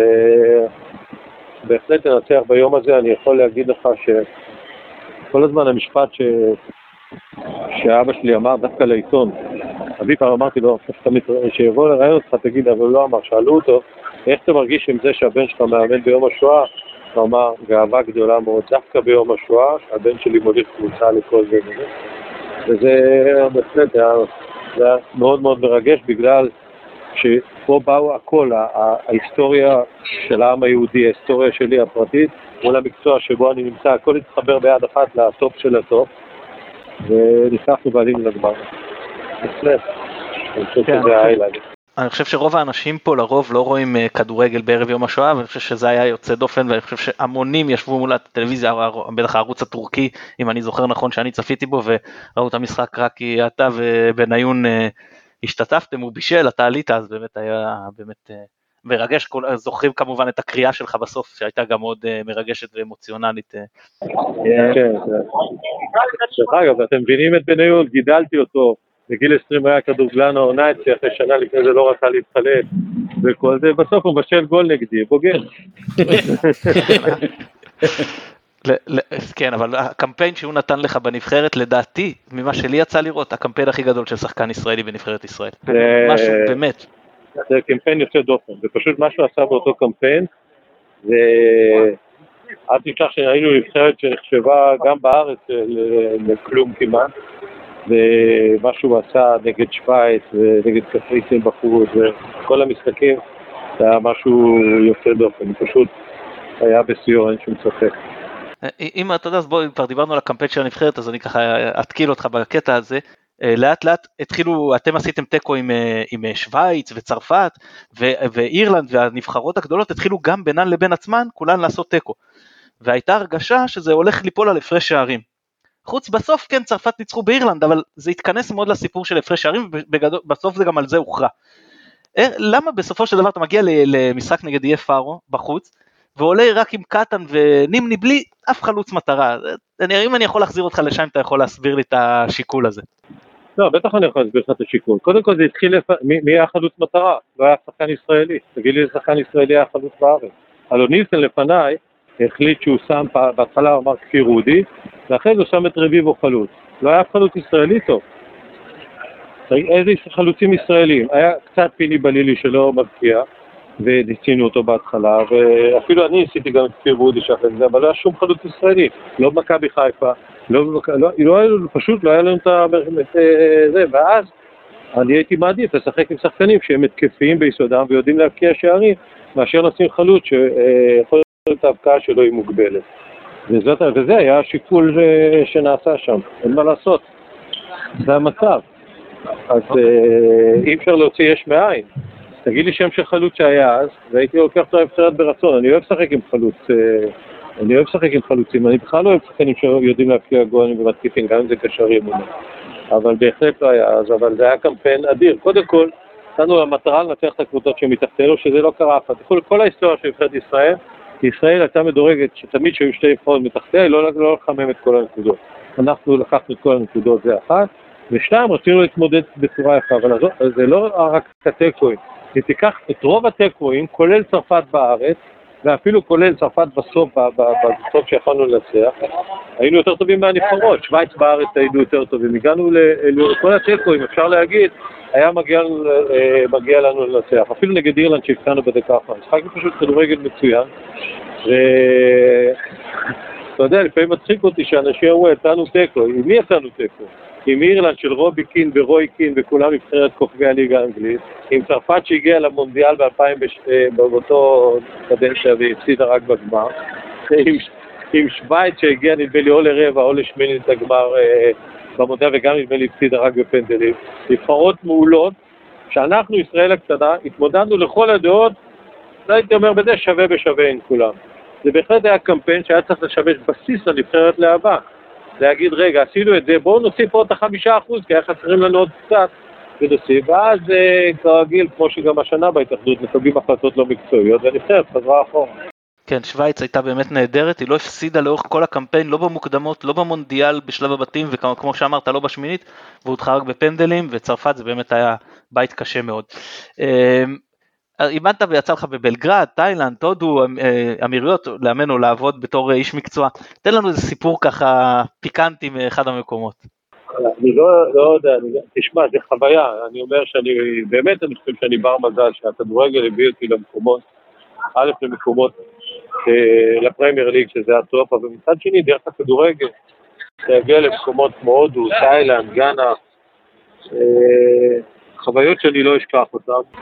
Speaker 2: בהחלט לנצח ביום הזה. אני יכול להגיד לך שכל הזמן המשפט ש... שאבא שלי אמר דווקא לעיתון, אבי פעם אמרתי לו, שיבוא לראיין אותך תגיד, אבל הוא לא אמר, שאלו אותו, איך אתה מרגיש עם זה שהבן שלך מאמן ביום השואה? הוא אמר, גאווה גדולה מאוד, דווקא ביום השואה, שהבן שלי מוליך קבוצה לכל זה. וזה בהחלט היה, היה מאוד מאוד מרגש, בגלל שפה באו הכל, ההיסטוריה של העם היהודי, ההיסטוריה שלי הפרטית, מול המקצוע שבו אני נמצא, הכל התחבר ביד אחת לטופ של הטופ, וניסחנו בעלים לגמר. בסדר, אני חושב שזה האיילנד.
Speaker 3: אני חושב שרוב האנשים פה לרוב לא רואים כדורגל בערב יום השואה, ואני חושב שזה היה יוצא דופן, ואני חושב שהמונים ישבו מול הטלוויזיה, בטח הערוץ הטורקי, אם אני זוכר נכון שאני צפיתי בו, וראו את המשחק רק כי אתה ובניון השתתפתם, הוא בישל, אתה עלית, אז באמת היה באמת מרגש, זוכרים כמובן את הקריאה שלך בסוף, שהייתה גם מאוד מרגשת ואמוציונלית.
Speaker 2: כן, דרך אגב, אתם מבינים את בניון, גידלתי אותו, בגיל עשרים היה כדורגלן העונה אצלי, אחרי שנה לפני זה לא רצה להתחלט, וכל זה, בסוף הוא בשל גול נגדי, בוגר.
Speaker 3: כן, אבל הקמפיין שהוא נתן לך בנבחרת, לדעתי, ממה שלי יצא לראות, הקמפיין הכי גדול של שחקן ישראלי בנבחרת ישראל. משהו באמת.
Speaker 2: זה קמפיין יוצא דופן, זה פשוט מה שהוא עשה באותו קמפיין, זה... עד נשכח שהיינו נבחרת שנחשבה גם בארץ לכלום כמעט, ומה שהוא עשה נגד שוויץ ונגד קפריסין בחוץ וכל המשחקים, זה היה משהו יוצא דופן, פשוט היה בסיור, אין שום ספק.
Speaker 3: אם אתה יודע, אז בואו, כבר דיברנו על הקמפיין של הנבחרת, אז אני ככה אתקיל אותך בקטע הזה. לאט לאט התחילו, אתם עשיתם טקו עם, עם שוויץ וצרפת ו, ואירלנד, והנבחרות הגדולות התחילו גם בינן לבין עצמן, כולן לעשות טקו. והייתה הרגשה שזה הולך ליפול על הפרש שערים. חוץ בסוף כן צרפת ניצחו באירלנד, אבל זה התכנס מאוד לסיפור של הפרש שערים, ובסוף זה גם על זה הוכרע. למה בסופו של דבר אתה מגיע למשחק נגד אי פארו בחוץ, ועולה רק עם קטן ונימני בלי אף חלוץ מטרה? אם אני יכול להחזיר אותך לשם, אתה יכול להסביר לי את השיקול הזה.
Speaker 2: לא, בטח אני יכול להסביר לך את השיקול. קודם כל זה התחיל, מי היה חלוץ מטרה? לא היה שחקן ישראלי. תגיד לי, שחקן ישראלי היה חלוץ בארץ. הלו ניסן לפניי החליט שהוא שם, בהתחלה הוא אמר כפיר רודי, ואחרי זה הוא שם את רביבו חלוץ. לא היה חלוץ ישראלי טוב. איזה חלוצים ישראלים? היה קצת פיני בלילי שלא מבקיע, וניסינו אותו בהתחלה, ואפילו אני עשיתי גם את כפיר רודי שאחרי זה, אבל לא היה שום חלוץ ישראלי. לא מכבי חיפה, לא, לא, לא היה לנו, פשוט לא היה לנו את זה, ואז אני הייתי מעדיף לשחק עם שחקנים שהם התקפיים ביסודם ויודעים להבקיע שערים, מאשר לשים חלוץ שיכול להיות את ההבקעה שלו היא מוגבלת. וזאת, וזה היה השיקול שנעשה שם, אין מה לעשות. זה המצב. אז אי אפשר להוציא יש מאין. תגיד לי שם של חלוץ שהיה אז, והייתי לוקח אותו לבחירת ברצון. אני אוהב לשחק עם חלוץ, אני אוהב לשחק עם חלוצים, אני בכלל לא אוהב שחקנים שיודעים להבקיע גולים ומתקיפים, גם אם זה קשרים. אבל בהחלט לא היה אז, אבל זה היה קמפיין אדיר. קודם כל, נתנו למטרה לנצח את הקבוצות שמתחתנו, שזה לא קרה אף אחד. כל, כל ההיסטוריה של נבחרת ישראל, ישראל הייתה מדורגת שתמיד שהיו שתי נבחרות מתחתיה, היא לא, לא לחמם את כל הנקודות. אנחנו לקחנו את כל הנקודות, זה אחת, ושתיים, רצינו להתמודד בצורה יפה, אבל זה לא רק הטקואים. היא תיקח את רוב הטקואים, כולל צרפת בארץ, ואפילו כולל צרפת בסוף, בסוף שיכולנו לנצח, היינו יותר טובים מהנבחרות, שוויץ בארץ היינו יותר טובים, הגענו לכל הטקואים, אפשר להגיד, היה מגיע, מגיע לנו לנצח, אפילו נגד אירלנד שהפתענו בדקה אחת, שחקנו פשוט כדורגל מצוין, ואתה יודע, לפעמים מצחיק אותי שאנשים אמרו, יצאנו טקו, עם מי יצאנו טקו? עם אירלנד של רובי קין ורוי קין וכולם נבחרת כוכבי הליגה האנגלית, עם צרפת שהגיעה למונדיאל ב-אלפיים באותו קדנציה והפסידה רק בגמר, עם, עם שוויץ שהגיעה נדמה לי או לרבע או לשמינית הגמר במונדיאל וגם נדמה לי הפסידה רק בפנדלים, נבחרות מעולות שאנחנו ישראל הקטנה התמודדנו לכל הדעות, לא הייתי אומר בזה שווה בשווה עם כולם. זה בהחלט היה קמפיין שהיה צריך לשמש בסיס לנבחרת להבא. להגיד, רגע, עשינו את זה, בואו נוסיף עוד את החמישה אחוז, כי היה חסרים לנו עוד קצת, ונוסיף, ואז כרגיל, כמו שגם השנה בהתאחדות, מקבלים החלטות לא מקצועיות, והנבחרת חזרה אחורה.
Speaker 3: כן, שוויץ הייתה באמת נהדרת, היא לא הפסידה לאורך כל הקמפיין, לא במוקדמות, לא במונדיאל בשלב הבתים, וכמו שאמרת, לא בשמינית, והודחה רק בפנדלים, וצרפת זה באמת היה בית קשה מאוד. אימנת ויצא לך בבלגרד, תאילנד, הודו, אמירויות, לאמן או לעבוד בתור איש מקצוע. תן לנו איזה סיפור ככה פיקנטי מאחד המקומות.
Speaker 2: אני לא, לא יודע, אני, תשמע, זה חוויה. אני אומר שאני, באמת אני חושב שאני בר מזל שהכדורגל הביא אותי למקומות, א' למקומות, לפרמייר ליג שזה הטופ, אבל מצד שני, דרך הכדורגל, להגיע למקומות כמו הודו, תאילנד, גאנה, חוויות שאני לא אשכח אותן.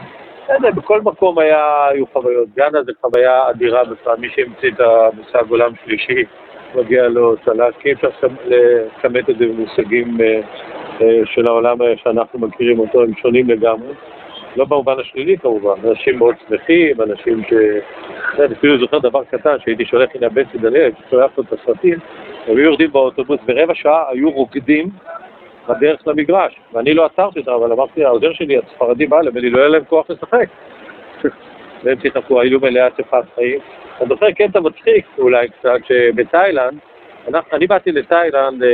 Speaker 2: לא יודע, בכל מקום היה, היו חוויות. גאנה זה חוויה אדירה בכלל, מי שהמציא את המושג עולם שלישי, מגיע לו צל"ש, כי אפשר לכמת את זה במושגים של העולם שאנחנו מכירים אותו, הם שונים לגמרי. לא במובן השלילי כמובן, אנשים מאוד שמחים, אנשים ש... אני אפילו זוכר דבר קטן, שהייתי שולח הנה בן סידניה, שולח לו את הסרטים, הם היו יורדים באוטובוס, ברבע שעה היו רוקדים בדרך למגרש, ואני לא עצרתי אותם, אבל אמרתי, העוזר שלי, הספרדי בא להם, ואני לא היה להם כוח לשחק. והם שיחקו, היו מלאה צפת חיים. אני זוכר, כן, אתה מצחיק אולי קצת, שבתאילנד, אני באתי לתאילנד,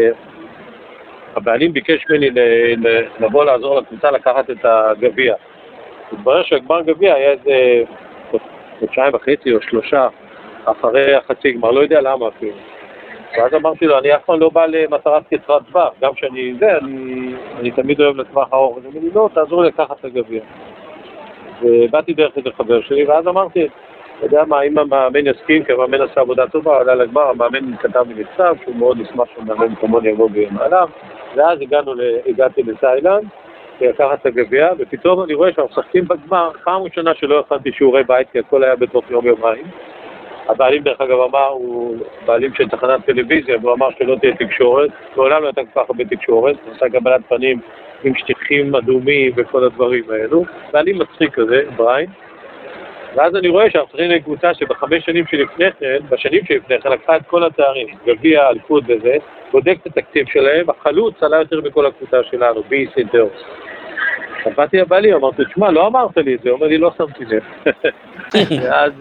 Speaker 2: הבעלים ביקש ממני לבוא לעזור לקבוצה לקחת את הגביע. התברר שהגמר גביע היה איזה חודשיים וחצי או שלושה אחרי החצי גמר, לא יודע למה אפילו. ואז אמרתי לו, אני אף פעם לא בא למטרת קצרת טווח, גם שאני זה, אני, אני תמיד אוהב לטווח ארוך, אז אמרתי, לא, תעזור לי לקחת את הגביע. ובאתי דרך איזה חבר שלי, ואז אמרתי, אתה יודע מה, אם המאמן יסכים, כי המאמן עשה עבודה טובה, עלה לגמר, המאמן כתב לי מכתב, שהוא מאוד ישמח שמאמן כמוני יבוא במעליו, ואז הגענו, הגעתי לתאילנד, לקחת את הגביע, ופתאום אני רואה שאנחנו משחקים בגמר, פעם ראשונה שלא הכנתי שיעורי בית, כי הכל היה בתוך יום יומיים. הבעלים דרך אגב אמר, הוא בעלים של תחנת טלוויזיה, והוא אמר שלא תהיה תקשורת, מעולם לא הייתה כל כך הרבה תקשורת, הוא עשה קבלת פנים עם שטיחים אדומים וכל הדברים האלו, בעלים מצחיק כזה, בריין, ואז אני רואה שאנחנו צריכים לקבוצה שבחמש שנים שלפני כן, בשנים שלפני כן, לקחה את כל התארים, גביע, אליפות וזה, בודק את התקציב שלהם, החלוץ עלה יותר בכל הקבוצה שלנו, בי סינטרס. באתי לבעלים, אמרתי, תשמע, לא אמרת לי את זה, הוא אומר לי, לא שמתי לב. ואז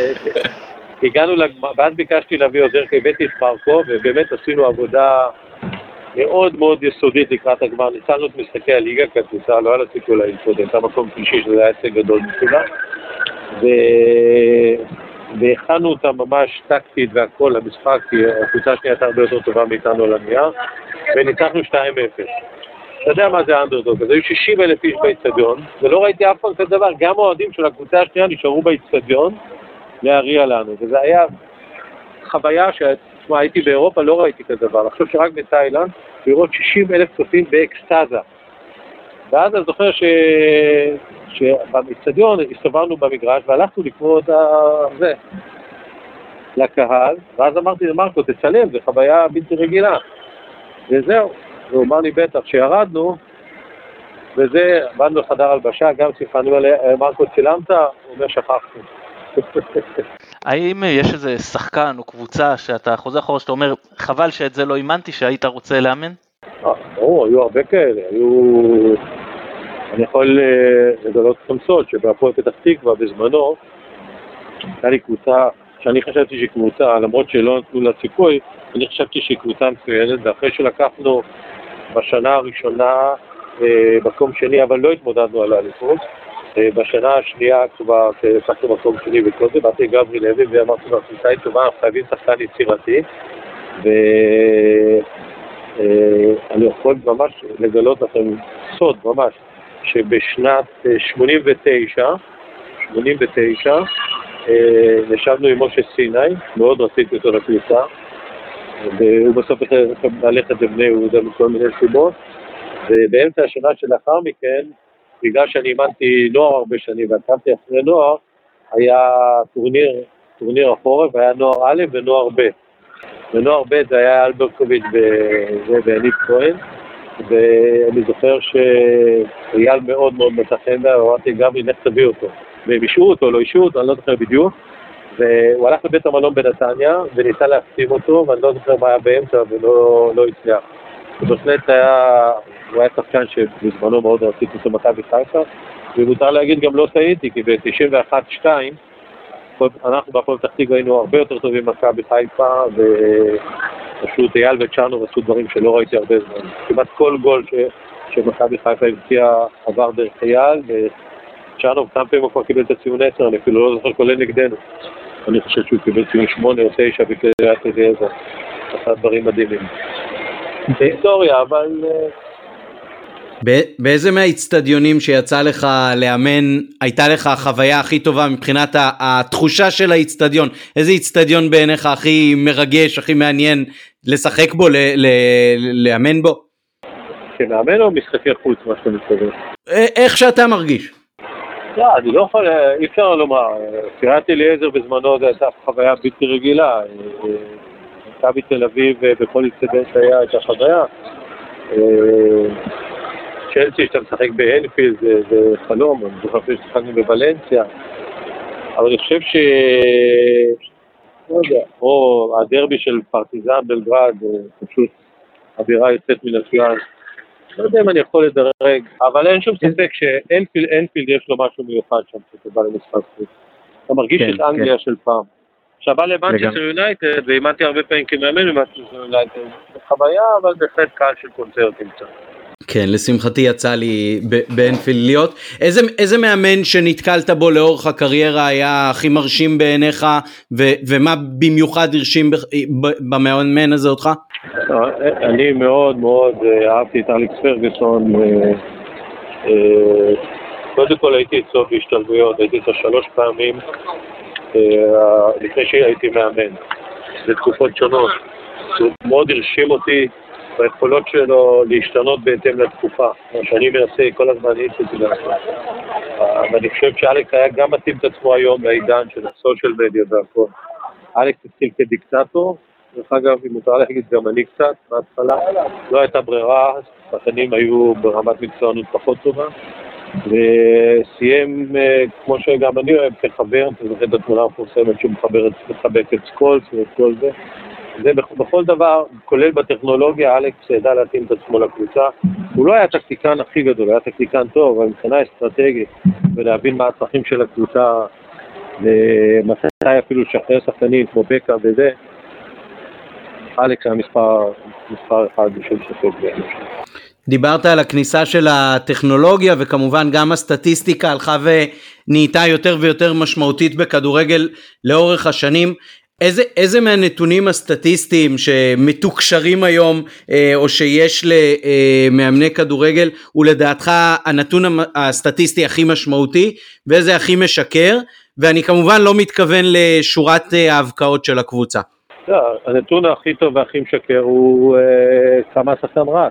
Speaker 2: הגענו לגמר, ואז ביקשתי להביא עוזר, כי הבאתי את מרקו, ובאמת עשינו עבודה מאוד מאוד יסודית לקראת הגמר. ניצלנו את משחקי הליגה כקבוצה, לא היה לה סיכוי לאליפות, הייתה מקום שלישי, שזה היה הישג גדול מסוים. והכנו אותה ממש טקטית והכל למשחק, כי הקבוצה השנייה הייתה הרבה יותר טובה מאיתנו על הנייר, וניצחנו שתיים אפס. אתה יודע מה זה האנדרדוג? אז היו שישים אלף איש באצטדיון, ולא ראיתי אף פעם כזה דבר, גם האוהדים של הקבוצה השנייה נשארו באצטדיון להריע לנו, וזה היה חוויה שתשמע, הייתי באירופה, לא ראיתי כזה דבר, לחשוב שרק בתאילנד, לראות שישים אלף צופים באקסטאזה. ואז אני זוכר ש... שבאצטדיון הסתובבנו במגרש והלכנו לקרוא את זה לקהל, ואז אמרתי למרקו, תצלם, זו חוויה בלתי רגילה. וזהו, הוא אמר לי בטח שירדנו, וזה, באנו לחדר הלבשה, גם שיחנו עליה, מרקו צילמת, הוא אומר שכחתי.
Speaker 3: האם יש איזה שחקן או קבוצה שאתה חוזר אחורה שאתה אומר, חבל שאת זה לא אימנתי, שהיית רוצה לאמן?
Speaker 2: אה, ברור, היו הרבה כאלה, היו... אני יכול לגלות לכם סוד שבהפועל פתח תקווה בזמנו הייתה לי קבוצה שאני חשבתי שהיא קבוצה, למרות שלא נתנו לה סיכוי, אני חשבתי שהיא קבוצה מצוינת, ואחרי שלקחנו בשנה הראשונה מקום שני, אבל לא התמודדנו על האליפות, בשנה השנייה כבר לקחנו מקום שני וכל זה, באתי גברי לוי ואמרתי לו, הקבוצה היא טובה, אנחנו חייבים שחקן יצירתי, ואני יכול ממש לגלות לכם סוד ממש, שבשנת שמונים ותשע, שמונים ותשע, נשבנו עם משה סיני, מאוד רציתי אותו לקבוצה, והוא בסוף החליט ללכת לבני יהודה מכל מיני סיבות, ובאמצע השנה שלאחר מכן, בגלל שאני אימנתי נוער הרבה שנים, ועקבתי אחרי נוער, היה טורניר, טורניר החורף, היה נוער א' ונוער ב'. ונוער ב' זה היה אלברקוביץ' ואנית כהן, ואני זוכר שאייל מאוד מאוד מתחן בה, ואמרתי גם לי, לך תביא אותו. והם אישרו אותו, לא אישרו אותו, אני לא זוכר בדיוק, והוא הלך לבית המלון בנתניה, וניסה להחתים אותו, ואני לא זוכר מה היה באמצע, ולא לא הצליח. ובהחלט היה, הוא היה שחקן שבזמנו מאוד רציתי אותו מכבי חיפה, ומותר להגיד גם לא טעיתי, כי ב-תשעים ואחת שתיים, אנחנו בהפועל פתח תקווה היינו הרבה יותר טובים ממכבי חיפה, ופשוט אייל וצ'אנוב עשו דברים שלא ראיתי הרבה זמן. כמעט כל גול ש... שמכבי חיפה הבקיע עבר דרך אייל, וצ'אנוב כמה פעמים הוא כבר קיבל את הציון עשר, אני אפילו לא זוכר כולל נגדנו. אני חושב שהוא קיבל ציון שמונה או תשע בקריאת אליעזר. עשה דברים מדהימים. זה היסטוריה, אבל...
Speaker 1: באיזה מהאצטדיונים שיצא לך לאמן הייתה לך החוויה הכי טובה מבחינת התחושה של האצטדיון? איזה אצטדיון בעיניך הכי מרגש, הכי מעניין לשחק בו, לאמן בו?
Speaker 2: כמאמן או משחקי חוץ, מה שאתה מתכוון?
Speaker 1: איך שאתה מרגיש.
Speaker 2: לא, אני לא יכול, אי אפשר לומר, קריית אליעזר בזמנו זו הייתה חוויה בלתי רגילה, מכבי תל אביב בכל אינצידנט היה את החוויה, צ'לסי שאתה משחק באנפילד זה חלום, אני זוכר ששחקנו בוולנסיה, אבל אני חושב ש... לא יודע, או הדרבי של פרטיזן בלגרד, פשוט אווירה יוצאת מן הכלל. לא יודע אם אני יכול לדרג, אבל אין שום ספק שאנפילד יש לו משהו מיוחד שם, שאתה בא למשחק. אתה מרגיש את אנגליה של פעם. עכשיו בא למנצ'סטר יונייטד, ואימנתי הרבה פעמים כמאמן במנצ'סטר יונייטד, זה חוויה, אבל בהחלט קהל של קונצרטים קצת.
Speaker 1: כן, לשמחתי יצא לי באנפילד להיות. איזה, איזה מאמן שנתקלת בו לאורך הקריירה היה הכי מרשים בעיניך, ו, ומה במיוחד הרשים במאמן הזה אותך?
Speaker 2: אני מאוד מאוד אהבתי את אלכס פרגוסון. קודם כל הייתי אצלו בהשתלמויות, הייתי אצלו שלוש פעמים לפני שהייתי מאמן. זה תקופות שונות. הוא מאוד הרשים אותי ביכולות שלו להשתנות בהתאם לתקופה. שאני מנסה כל הזמן להיצאתי לעשות. ואני חושב שאלכס היה גם מתאים את עצמו היום לעידן של הסושיאל מדיה והכל. אלכס התחיל כדיקטטור, דרך אגב, אם מותר להגיד גם אני קצת, בהתחלה, לא הייתה ברירה, שחקנים היו ברמת מקצוענות פחות טובה, וסיים, כמו שגם אני אוהב, כחבר, אתה זוכר את התמונה המפורסמת שהוא מחבק את סקולס ואת כל זה, זה בכל דבר, כולל בטכנולוגיה, אלכס ידע להתאים את עצמו לקבוצה, הוא לא היה טקטיקן הכי גדול, היה טקטיקן טוב, אבל מבחינה אסטרטגית, ולהבין מה הצרכים של הקבוצה, ומתי אפילו לשחרר שחקנים כמו בקה וזה, אלכס היה מספר, מספר אחד בשביל שפק בהם.
Speaker 1: דיברת על הכניסה של הטכנולוגיה, וכמובן גם הסטטיסטיקה הלכה ונהייתה יותר ויותר משמעותית בכדורגל לאורך השנים. איזה, איזה מהנתונים הסטטיסטיים שמתוקשרים היום, או שיש למאמני כדורגל, הוא לדעתך הנתון הסטטיסטי הכי משמעותי, ואיזה הכי משקר, ואני כמובן לא מתכוון לשורת ההבקעות של הקבוצה.
Speaker 2: הנתון הכי טוב והכי משקר הוא כמה שחקן רץ.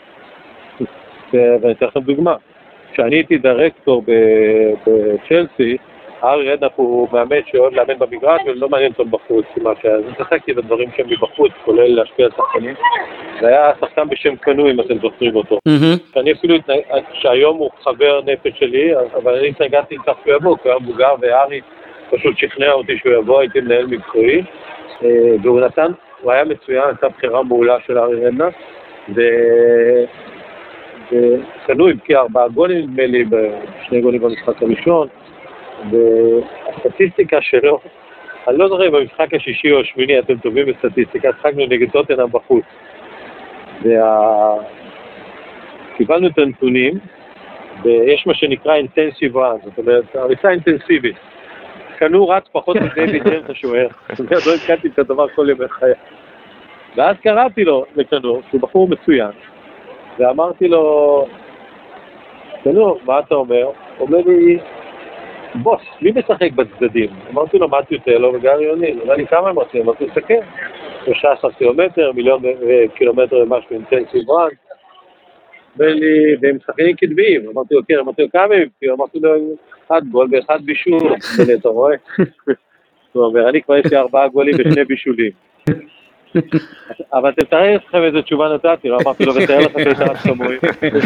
Speaker 2: ואני אתן לכם דוגמה. כשאני הייתי דירקטור בצ'לסי, ארי רדנאפ הוא מאמן שאוהב לאמן במגרש ולא מעניין אותו בחוץ. אז נתחקתי בדברים שהם מבחוץ, כולל להשפיע על שחקנים. זה היה שחקן בשם קנו, אם אתם זוכרים אותו. שאני אפילו, שהיום הוא חבר נפש שלי, אבל אני התנגדתי לכך שהוא יבוא, כי הוא היה מבוגר, וארי פשוט שכנע אותי שהוא יבוא, הייתי מנהל מקצועי. והוא נתן, הוא היה מצוין, הייתה בחירה מעולה של ארי רדנאפ, וקנו הבקיע ארבעה גולים, נדמה לי, בשני גולים במשחק הראשון, והסטטיסטיקה שלו, אני לא זוכר, במשחק השישי או השמיני, אתם טובים בסטטיסטיקה, שחקנו נגד טוטנהאם בחוץ. קיבלנו את הנתונים, ויש מה שנקרא אינטנסיב רן, זאת אומרת, הריצה אינטנסיבית. קנו רץ פחות מדייוויד ג'יימס השוער, לא התקלתי את הדבר כל ימי חיי. ואז קראתי לו לקנו, שהוא בחור מצוין, ואמרתי לו, קנו, מה אתה אומר? אומר לי, בוס, מי משחק בצדדים? אמרתי לו, מה תיותר לו וגרי יוני? אמר לי, כמה הם רוצים? אמרתי, סכם. שלושה עשר קילומטר, מיליון קילומטר ומשהו אינטנסיב רן. אמר לי, והם שחקנים קדמיים. אמרתי לו, כן, אמרתי לו, כמה הם? אמרתי לו, אחד גול ואחד בישול. אתה רואה? הוא אומר, אני כבר יש לי ארבעה גולים ושני בישולים. אבל אתם תראי לכם איזה תשובה נתתי, לא אמרתי לו, ותאר לך שאתה רק כמוהים.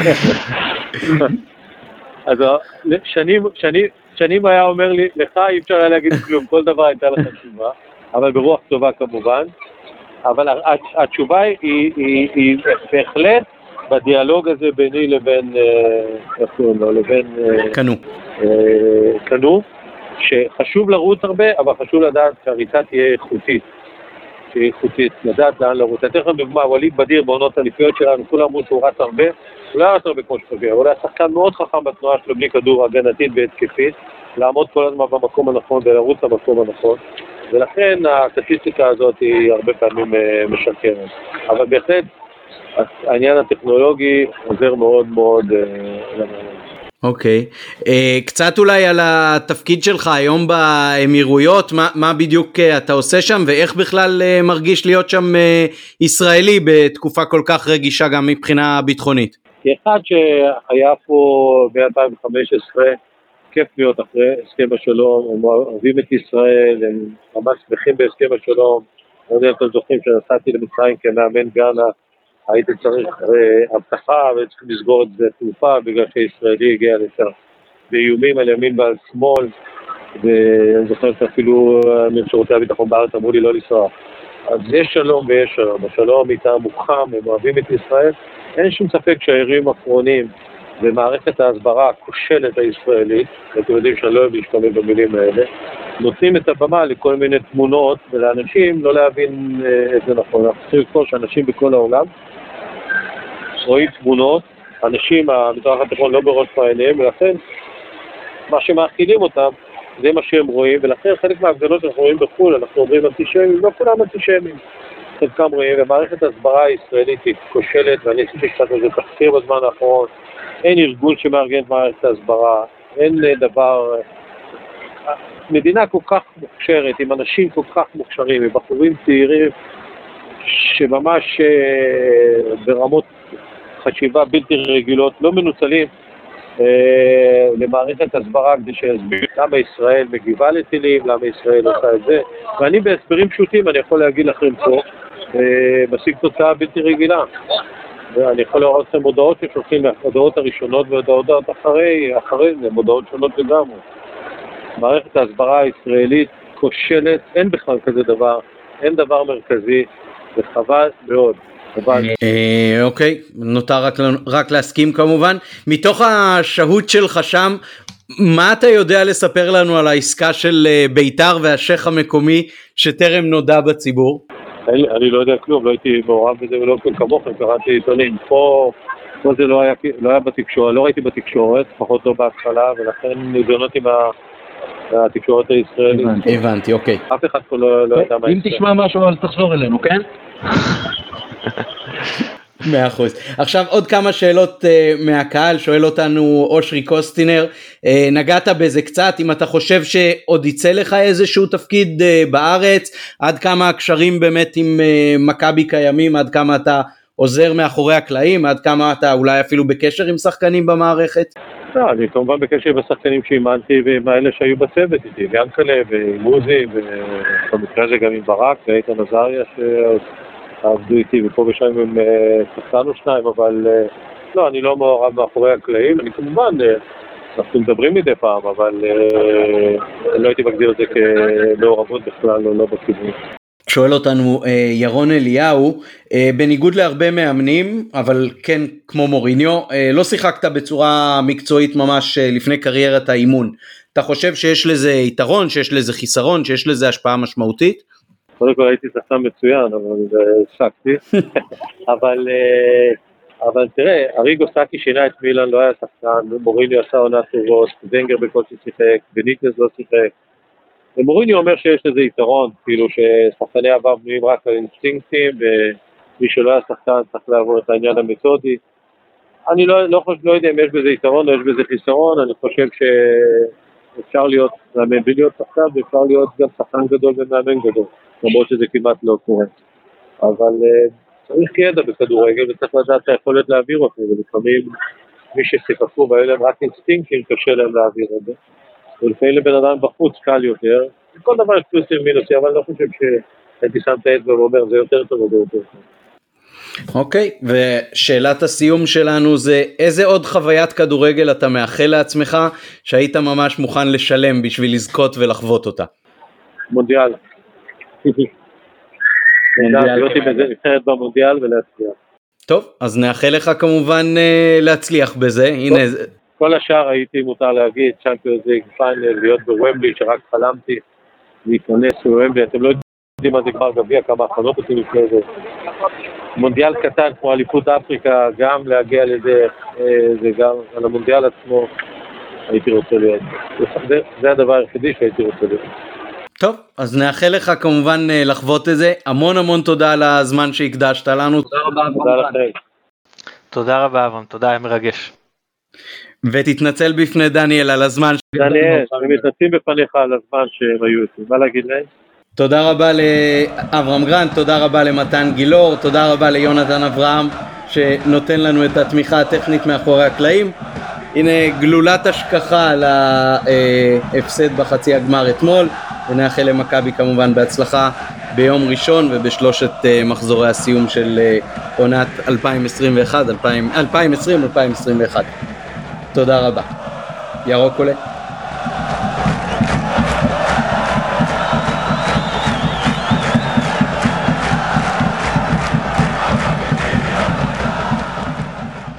Speaker 2: אז שנים, שנים, שנים היה אומר לי, לך אי אפשר היה להגיד כלום, כל דבר הייתה לך תשובה, אבל ברוח טובה כמובן, אבל התשובה היא, היא, היא בהחלט בדיאלוג הזה ביני לבין, איך קוראים לו, לבין
Speaker 1: קנו.
Speaker 2: קנו, שחשוב לרוץ הרבה, אבל חשוב לדעת שהריצה תהיה איכותית. שהיא איכותית, לדעת לאן לרוץ. אני אתן לכם דוגמה, וליד בדיר בעונות הליפיות שלנו, כולם אמרו שהוא רץ הרבה, הוא לא רץ הרבה כמו שחושב, הוא היה שחקן מאוד חכם בתנועה שלו בלי כדור הגנתית והתקפית, לעמוד כל הזמן במקום הנכון ולרוץ למקום הנכון, ולכן הסטטיסטיקה הזאת היא הרבה פעמים משקרת. אבל בהחלט, העניין הטכנולוגי עוזר מאוד מאוד למעניין.
Speaker 1: אוקיי, okay. קצת אולי על התפקיד שלך היום באמירויות, מה, מה בדיוק אתה עושה שם ואיך בכלל מרגיש להיות שם ישראלי בתקופה כל כך רגישה גם מבחינה ביטחונית?
Speaker 2: כאחד שהיה פה ב-אלפיים וחמש עשרה כיף להיות אחרי הסכם השלום, הם אוהבים את ישראל, הם ממש שמחים בהסכם השלום. אני יודע אם אתם זוכרים שנסעתי למצרים כמאמן גאנה, הייתי צריך הבטחה וצריך לסגור את זה תעופה בגלל שישראלי הגיע לשם. באיומים על ימין ועל שמאל, ואני זוכר שאפילו משירותי הביטחון בארץ אמרו לי לא לנסוע. אז יש שלום ויש שלום, השלום איתם מוכחם, הם אוהבים את ישראל. אין שום ספק שהאירועים האחרונים ומערכת ההסברה הכושלת הישראלית, אתם יודעים שאני לא אוהב להשתמש במילים האלה, נותנים את הבמה לכל מיני תמונות ולאנשים לא להבין את זה נכון. אנחנו צריכים לקרוא שאנשים בכל העולם רואים תמונות, אנשים, המזרח התיכון לא בראש מעייניהם, ולכן מה שמאכילים אותם זה מה שהם רואים, ולכן חלק מההפגנות שאנחנו רואים בחו"ל, אנחנו אומרים אנטישמים, לא כולם אנטישמים. חלקם רואים, ומערכת ההסברה הישראלית היא כושלת, ואני חושב שקצת לזה תחקיר בזמן האחרון, אין ארגון שמארגן את מערכת ההסברה, אין דבר... מדינה כל כך מוכשרת, עם אנשים כל כך מוכשרים, עם בחורים צעירים, שממש ברמות חשיבה בלתי רגילות, לא מנוצלים, למערכת הסברה כדי שיסביר למה ישראל מגיבה לטילים, למה ישראל עושה את זה, ואני בהסברים פשוטים אני יכול להגיד לכם פה, משיג תוצאה בלתי רגילה. ואני יכול לראות לכם מודעות ששולחים מהמודעות הראשונות והודעות אחרי, אחרי זה, מודעות שונות לגמרי. מערכת ההסברה הישראלית כושלת, אין בכלל כזה דבר, אין דבר מרכזי, וחבל מאוד.
Speaker 1: אוקיי, נותר רק להסכים כמובן. מתוך השהות שלך שם, מה אתה יודע לספר לנו על העסקה של ביתר והשייך המקומי שטרם נודע בציבור?
Speaker 2: אני לא יודע כלום, לא הייתי מעורב בזה ולא כמוכם, קראתי עיתונים. פה זה לא היה, לא היה בתקשורת, לא ראיתי בתקשורת, פחות לא בהתחלה, ולכן נדונות עם התקשורת הישראלית.
Speaker 1: הבנתי, אוקיי.
Speaker 2: אף אחד פה לא ידע מה...
Speaker 5: אם תשמע משהו, אז תחזור אלינו, כן?
Speaker 1: מאה אחוז. עכשיו עוד כמה שאלות uh, מהקהל, שואל אותנו אושרי קוסטינר, uh, נגעת בזה קצת, אם אתה חושב שעוד יצא לך איזשהו תפקיד uh, בארץ, עד כמה הקשרים באמת עם uh, מכבי קיימים, עד כמה אתה עוזר מאחורי הקלעים, עד כמה אתה אולי אפילו בקשר עם שחקנים במערכת?
Speaker 2: לא, אני כמובן בקשר עם השחקנים שאימנתי ועם האלה שהיו בצוות איתי, גם כאלה ועם מוזי, ובמקרה הזה גם עם ברק ואיתן עזריה ש... עבדו איתי ופה ושם הם שחקן או שניים, אבל לא, אני לא מעורב מאחורי הקלעים, אני כמובן, אנחנו מדברים מדי פעם, אבל לא הייתי מגדיר את זה כמעורבות בכלל, לא בכיוון.
Speaker 1: שואל אותנו ירון אליהו, בניגוד להרבה מאמנים, אבל כן כמו מוריניו, לא שיחקת בצורה מקצועית ממש לפני קריירת האימון. אתה חושב שיש לזה יתרון, שיש לזה חיסרון, שיש לזה השפעה משמעותית?
Speaker 2: קודם כל הייתי שחקן מצוין, אבל שחקתי. אבל, אבל תראה, אריגו סאקי שינה את מילאן, לא היה שחקן, מוריניו עשה עונה טובות, ונגר בקושי שיחק, בניקנס לא שיחק. ומוריניו אומר שיש לזה יתרון, כאילו ששחקני עבר בנויים רק על אינסטינקטים, ומי שלא היה שחקן צריך לעבור את העניין המתודי. אני לא, לא, חושב, לא יודע אם יש בזה יתרון או יש בזה חיסרון, אני חושב שאפשר להיות מאמן בלי להיות שחקן, ואפשר להיות גם שחקן גדול ומאמן גדול. למרות שזה כמעט לא קורה. אבל uh, צריך ידע בכדורגל וצריך לדעת את היכולת להעביר אותו, ולפעמים מי ששיחקו והיו להם רק אינסטינקטים קשה להם להעביר את זה. ולפעמים לבן אדם בחוץ קל יותר, כל דבר יש פלוסים מינוסי, אבל אני לא חושב שהייתי שם את האצבע ואומר זה יותר טוב או זה יותר טוב.
Speaker 1: אוקיי, okay, ושאלת הסיום שלנו זה איזה עוד חוויית כדורגל אתה מאחל לעצמך שהיית ממש מוכן לשלם בשביל לזכות ולחוות אותה?
Speaker 2: מונדיאל. להיות בזה נבחרת במונדיאל ולהצליח.
Speaker 1: טוב, אז נאחל לך כמובן להצליח בזה. הנה
Speaker 2: כל השאר הייתי מותר להגיד, צ'אמפיונס ליג פיינל, להיות בוומבלי שרק חלמתי להיכנס בוומבלי, אתם לא יודעים מה זה גמר גביע, כמה הכנות אותי לפני זה. מונדיאל קטן כמו אליפות אפריקה, גם להגיע לזה, זה גם על המונדיאל עצמו הייתי רוצה להיות. זה, זה הדבר היחידי שהייתי רוצה להיות.
Speaker 1: טוב, אז נאחל לך כמובן לחוות את זה. המון המון תודה על הזמן שהקדשת לנו.
Speaker 5: תודה רבה.
Speaker 2: תודה לכם.
Speaker 3: תודה רבה אברהם, תודה, היה מרגש.
Speaker 1: ותתנצל בפני דניאל על הזמן.
Speaker 2: דניאל, אני מתנצלים בפניך על הזמן שהם היו איתי. מה להגיד להם?
Speaker 1: תודה רבה לאברהם גרנט, תודה רבה למתן גילור, תודה רבה ליונתן אברהם שנותן לנו את התמיכה הטכנית מאחורי הקלעים. הנה גלולת השכחה להפסד בחצי הגמר אתמול, ונאחל למכבי כמובן בהצלחה ביום ראשון ובשלושת מחזורי הסיום של עונת אלפיים עשרים ואחת אלפיים עשרים אלפיים עשרים ואחת. תודה רבה. ירוק עולה.